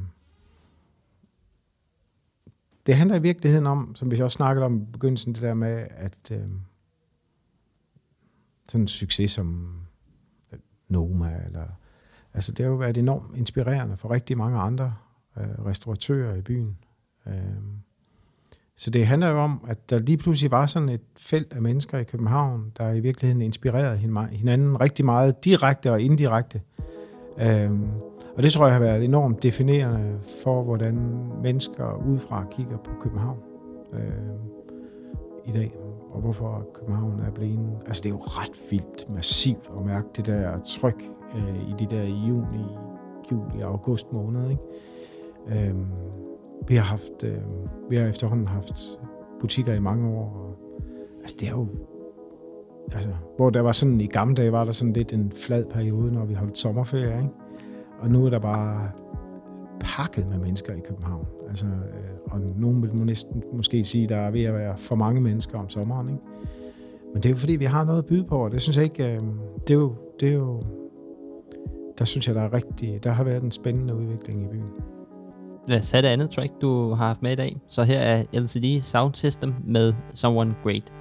det handler i virkeligheden om, som vi også snakkede om i begyndelsen, det der med, at øh, sådan en succes som Noma, eller, altså det har jo været enormt inspirerende for rigtig mange andre øh, restauratører i byen. Øh, så det handler jo om, at der lige pludselig var sådan et felt af mennesker i København, der i virkeligheden inspirerede hinanden rigtig meget, direkte og indirekte. Øh, Og det tror jeg har været enormt definerende for, hvordan mennesker udefra kigger på København øh, i dag, og hvorfor København er blevet... Altså det er jo ret vildt massivt at mærke det der tryk øh, i de der juni, juli og august måned, ikke? Øh, vi har haft, øh, vi har efterhånden haft butikker i mange år. Og, altså det er jo, altså, hvor der var sådan i gamle dage, var der sådan lidt en flad periode, når vi holdt sommerferie, ikke? Og nu er der bare pakket med mennesker i København. Altså, øh, og nogen vil næsten måske sige, at der er ved at være for mange mennesker om sommeren, ikke? Men det er jo fordi, vi har noget at byde på, og det synes jeg ikke, øh, det er jo, det er jo, der synes jeg, der er rigtig, der har været en spændende udvikling i byen. Lad os tage det andet track, du har haft med i dag. Så her er L C D Sound System med Someone Great.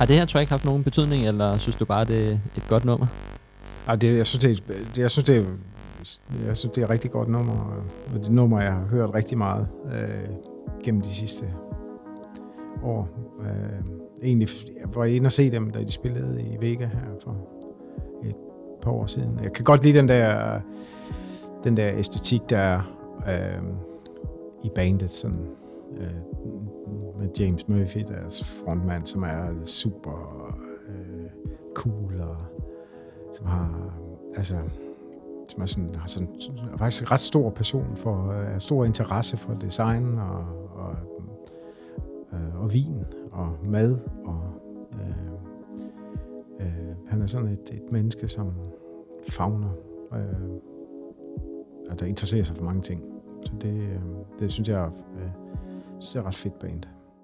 det her track haft nogen betydning, eller synes du bare, det er et godt nummer? Ej, det, jeg synes, det er, det, jeg synes, det er, jeg synes, det er et rigtig godt nummer. Og det nummer, jeg har hørt rigtig meget øh, gennem de sidste år. Øh, egentlig, jeg var inde og se dem, da de spillede i Vega her for et par år siden. Jeg kan godt lide den der, den der æstetik, der er øh, i bandet, sådan, øh, med James Murphy, deres frontmand, som er super øh, cool og som har, altså, som er sådan, har sådan, er faktisk en ret stor passion for, uh, stor interesse for design og, og, uh, og vin og mad. Og, uh, uh, han er sådan et, et menneske, som favner uh, og der interesserer sig for mange ting. Så det, uh, det synes jeg, uh, synes jeg er ret fedt band.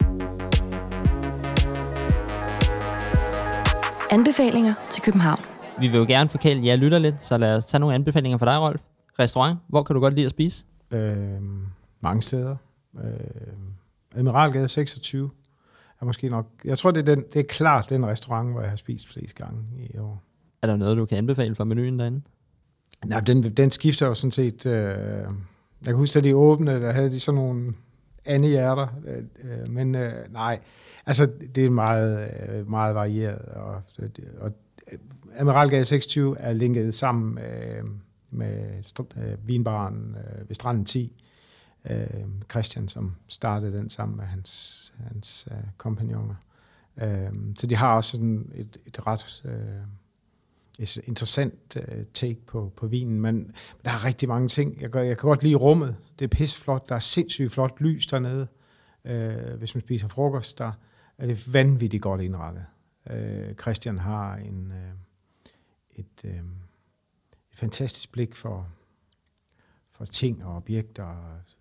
Anbefalinger til København. Vi vil jo gerne forkæle jer lytter lidt, så lad os tage nogle anbefalinger for dig, Rolf. Restaurant, hvor kan du godt lide at spise? Øh, mange steder. Øh, Admiralgade seksogtyve er måske nok... Jeg tror, det er, den, det er klart den restaurant, hvor jeg har spist flest gange i år. Er der noget, du kan anbefale fra menuen derinde? Nej, den, den skifter jo sådan set... Øh, jeg kan huske, at de åbnede, der havde de sådan nogle andehjerter. Øh, men øh, nej, altså det er meget, meget varieret. Og, og Admiralgade seksogtyve er linket sammen med, med øh, vinbaren øh, ved Stranden ti. Øh, Christian, som startede den sammen med hans, hans øh, kompagnoner. Øh, så de har også sådan et, et ret øh, et interessant øh, take på, på vinen, men der er rigtig mange ting. Jeg, jeg kan godt lide rummet. Det er pisseflot. Der er sindssygt flot lys dernede. Øh, hvis man spiser frokost, der er det vanvittigt godt indrettet. Øh, Christian har en, øh, et, øh, et fantastisk blik for, for ting og objekter.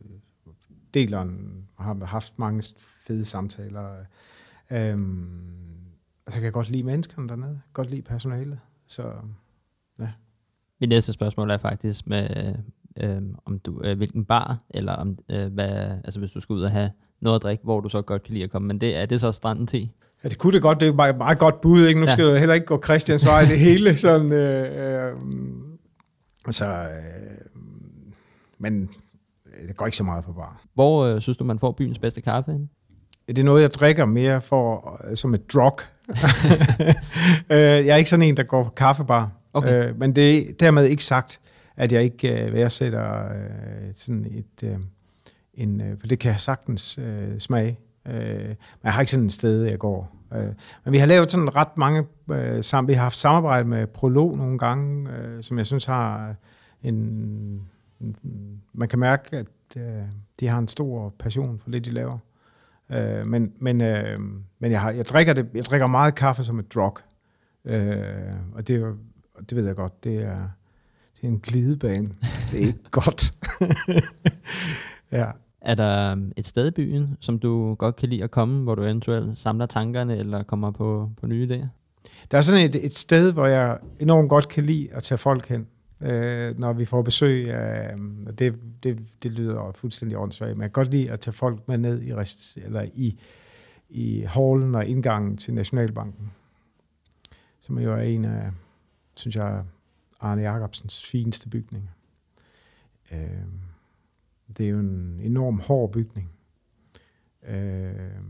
Deleren har haft mange fede samtaler. Øh, og så kan jeg godt lide menneskerne dernede. Godt lide personalet. Så, ja. Mit næste spørgsmål er faktisk med, øh, om du, øh, hvilken bar, eller om, øh, hvad, altså hvis du skal ud og have noget at drikke, hvor du så godt kan lide at komme. Men det, er det så Stranden ti? Ja, det kunne det godt. Det er jo meget, meget godt bud, ikke? Nu skal ja. du heller ikke gå Christians vej det hele. Sådan, øh, øh, altså, øh, men det går ikke så meget på bar. Hvor øh, synes du, man får byens bedste kaffe hen? Det er noget, jeg drikker mere for, som et drug. Jeg er ikke sådan en, der går på kaffebar. Okay. Øh, men det er dermed ikke sagt, at jeg ikke øh, værdsætter øh, sådan et... Øh, en, øh, for det kan jeg sagtens øh, smage. Øh, men jeg har ikke sådan et sted, jeg går. Øh, men vi har lavet sådan ret mange øh, sammen. Vi har haft samarbejde med Prolog nogle gange, øh, som jeg synes har en... en man kan mærke, at øh, de har en stor passion for det, de laver. Øh, men men, øh, men jeg, har, jeg, drikker det, jeg drikker meget kaffe som et drug. Øh, og det, er jo, det ved jeg godt, det er, det er en glidebane. Det er ikke godt. Ja. Er der et sted i byen, som du godt kan lide at komme, hvor du eventuelt samler tankerne eller kommer på, på nye idéer? Der er sådan et, et sted, hvor jeg enormt godt kan lide at tage folk hen, øh, når vi får besøg. Øh, det, det, det lyder fuldstændig åndssvagt, men jeg kan godt lide at tage folk med ned i, rest, eller i, i hallen og indgangen til Nationalbanken, som jo er en af, synes jeg, Arne Jacobsens fineste bygninger. Øh, Det er jo en enorm hård bygning. Øh,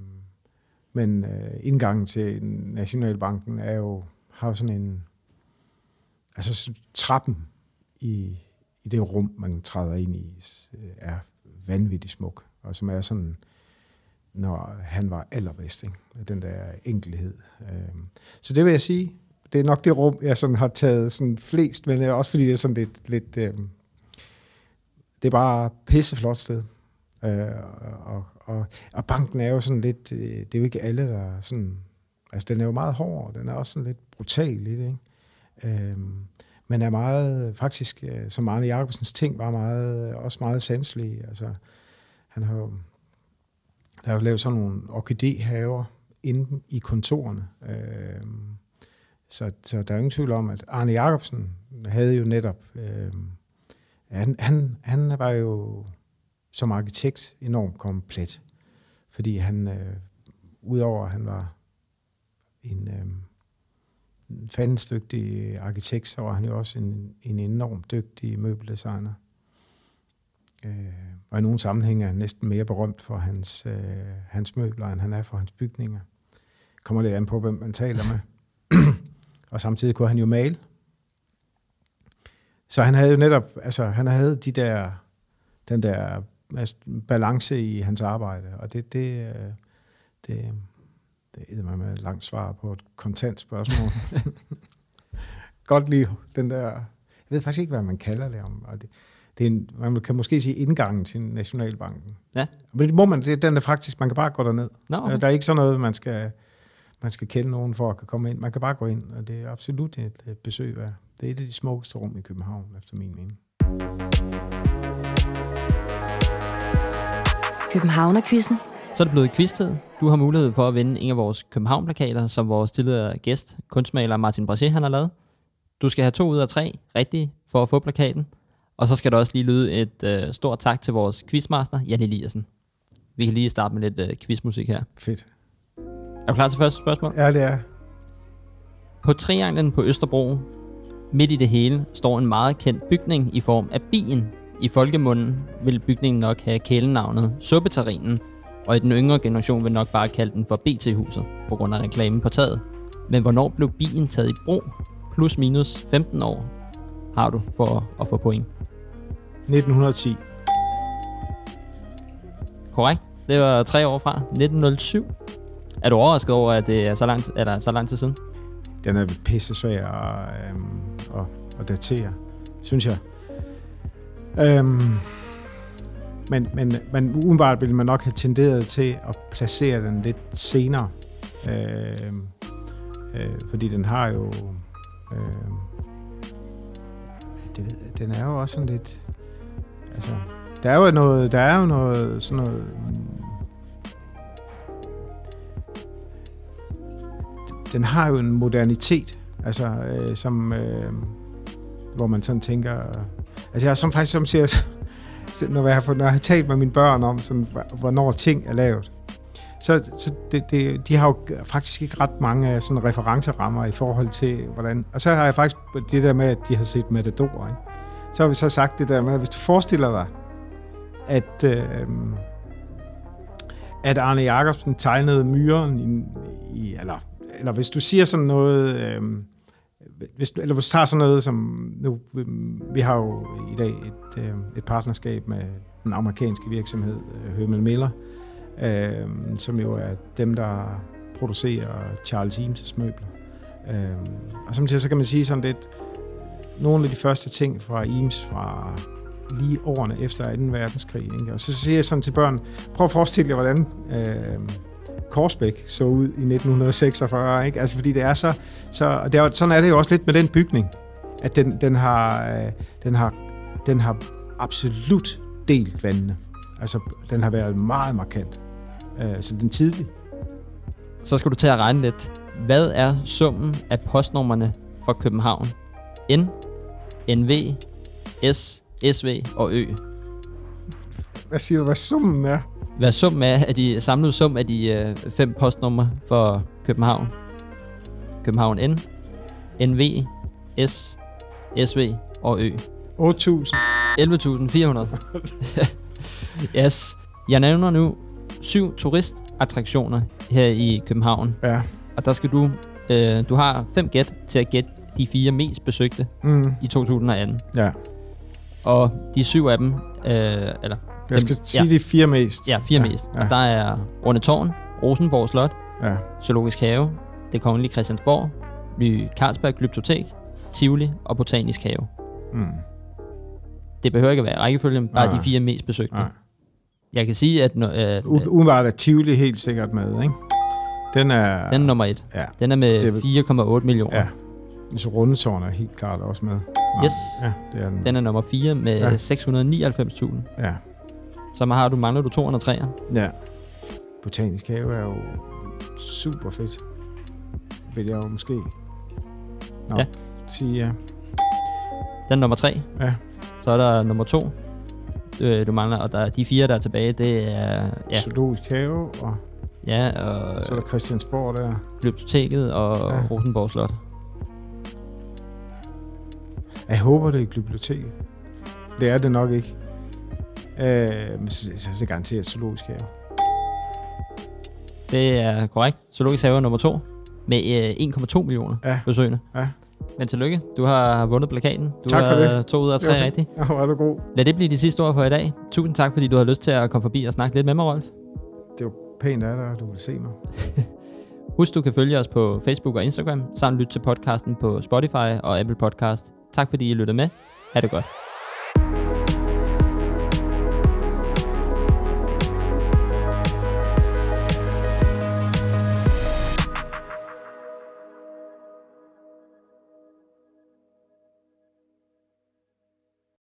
men øh, indgangen til Nationalbanken er jo, har jo sådan en... Altså trappen i, i det rum, man træder ind i, er vanvittigt smuk. Og som er sådan, når han var allerbedst, ikke? Den der enkelhed. Øh, så det vil jeg sige, det er nok det rum, jeg sådan har taget sådan flest, men også fordi det er sådan lidt... lidt øh, det er bare et pisseflot sted. Øh, og, og, og banken er jo sådan lidt, det er jo ikke alle, der er sådan, altså den er jo meget hård, og den er også sådan lidt brutal i det, ikke? Øh, men er meget, faktisk, som Arne Jacobsens ting, var meget, også meget sanselig. Altså, han har jo, der har jo lavet sådan nogle orkidéhaver inde i kontorerne. Øh, så, så der er ingen tvivl om, at Arne Jacobsen havde jo netop... Øh, Han, han, han var jo som arkitekt enormt komplet, fordi han, øh, udover at han var en, øh, en fandens dygtig arkitekt, så var han jo også en, en enormt dygtig møbeldesigner. Øh, og i nogle sammenhænge er han næsten mere berømt for hans, øh, hans møbler, end han er for hans bygninger. Kommer det an på, hvem man taler med. Og samtidig kunne han jo male. Så han havde jo netop, altså han havde de der, den der altså, balance i hans arbejde, og det, det, det, det er man med et langt svar på et kontant spørgsmål. Godt lige den der, jeg ved faktisk ikke, hvad man kalder det om, og det, det er en, man kan måske sige indgangen til Nationalbanken. Ja. Men det må man, det, den er faktisk, man kan bare gå derned. Nå, okay. Der er ikke sådan noget, man skal, man skal kende nogen for at kunne komme ind. Man kan bare gå ind, og det er absolut et, et besøg værd. Det er et af de smukkeste rum i København, efter min mening. Københavner-quizzen. Så er det blevet quiz-tid. Du har mulighed for at vinde en af vores København-plakater, som vores tidligere gæst, kunstmaler Martin Brachet, han har lavet. Du skal have to ud af tre rigtige for at få plakaten. Og så skal der også lige lyde et øh, stort tak til vores quizmaster, Jan Eliassen. Vi kan lige starte med lidt øh, quizmusik her. Fedt. Er du klar til første spørgsmål? Ja, det er. På Trianglen på Østerbro, midt i det hele, står en meget kendt bygning i form af bien. I folkemunden vil bygningen nok have kælenavnet Suppeterrinen, og i den yngre generation vil nok bare kalde den for B T-huset, på grund af reklamen på taget. Men hvornår blev bien taget i brug? Plus minus femten år har du for at få point. nitten ti. Korrekt. Det var tre år fra. nitten nul syv. Er du overrasket over, at det er så lang, er der så lang tid siden? Den er pisse svær at, øhm, at, at datere, synes jeg. Øhm, men, men, men udenbart ville man nok have tenderet til at placere den lidt senere. Øhm, øh, fordi den har jo... Øhm, det ved jeg, den er jo også sådan lidt... Altså, der er jo noget... Der er jo noget... Sådan noget den har jo en modernitet, altså øh, som øh, hvor man sådan tænker, øh, altså jeg er som faktisk som siger, når jeg har når jeg har talt med mine børn om sådan, hvornår ting er lavet, så, så det, det, de har jo faktisk ikke ret mange sådan referencerammer i forhold til hvordan, og så har jeg faktisk det der med, at de har set Matador, ikke? Så har vi så sagt det der med, at hvis du forestiller dig, at øh, at Arne Jacobsen tegnede myren i, i eller eller hvis du siger sådan noget, øh, hvis du, eller hvis du tager sådan noget som, nu, vi har jo i dag et, øh, et partnerskab med den amerikanske virksomhed, øh, Herman Miller, øh, som jo er dem, der producerer Charles Eames' møbler. Øh, og som så kan man sige sådan lidt, nogle af de første ting fra Eames fra lige årene efter anden verdenskrig, ikke? Og så siger jeg sådan til børn, prøv at forestille jer, hvordan... Øh, Korsbæk så ud i nitten seksogfyrre, ikke? Altså fordi det er så, så og det er, sådan er det jo også lidt med den bygning, at den, den har, øh, den har, den har absolut delt vandene. Altså den har været meget markant. Øh, så den tidlig. Så skal du til at regne lidt. Hvad er summen af postnummerne for København? N, N V, S, S V og Ø. Hvad siger du, hvad summen er? Hvad summen er af de samlede sum af de øh, fem postnumre for København? København N, N V, S, S V og Ø. otte tusind. elleve tusind fire hundrede. Yes. Jeg nævner nu syv turistattraktioner her i København. Ja. Og der skal du, øh, du har fem gæt til at gætte de fire mest besøgte mm. i to tusind atten. Ja. Og de syv af dem, øh, eller... Jeg skal dem, sige ja. de fire mest. Ja, fire ja, mest. Ja. Og der er Rundetårn, Rosenborg Slot, ja. Zoologisk Have, Det Kongelige Christiansborg, Ny Carlsberg Glyptotek, Tivoli og Botanisk Have. Mm. Det behøver ikke at være rækkefølgen, bare ja. de fire mest besøgte. Ja. Jeg kan sige, at... Øh, Udenbart er Tivoli helt sikkert med, ikke? Den er... Den er nummer et. Ja. Den er med fire komma otte millioner. Ja. Så Rundetårn er helt klart også med. Yes. Ja, det er den. Den er nummer fire med ja. seks hundrede nioghalvfems tusind. Ja. Så har du, mangler du to hundrede og tre. Ja. Botanisk Have er jo super fedt. Vil jeg jo måske nok ja. sige, ja. Den er nummer tre. Ja. Så er der nummer to. Du, du mangler, og der, de fire, der er tilbage, det er... Ja. Zoologisk Have og... Ja, og Så er der Christiansborg der. Glyptoteket og Ja. Rosenborg Slot. Jeg håber, det er biblioteket. Det er det nok ikke. Øh, men så, så er det garanteret zoologisk have. Det er korrekt. Zoologisk Have nummer to med øh, en komma to millioner Ja. besøgende. Ja. Men tillykke. Du har vundet plakaten. Du Tak for har det. to ud af tre Okay. rigtigt. Ja, hvor er du god. Lad det blive de sidste ord for i dag. Tusind tak, fordi du har lyst til at komme forbi og snakke lidt med mig, Rolf. Det var pænt af dig, at du vil se mig. Husk, du kan følge os på Facebook og Instagram, samt lytte til podcasten på Spotify og Apple Podcast. Tak fordi I lyttede med. Ha' det godt.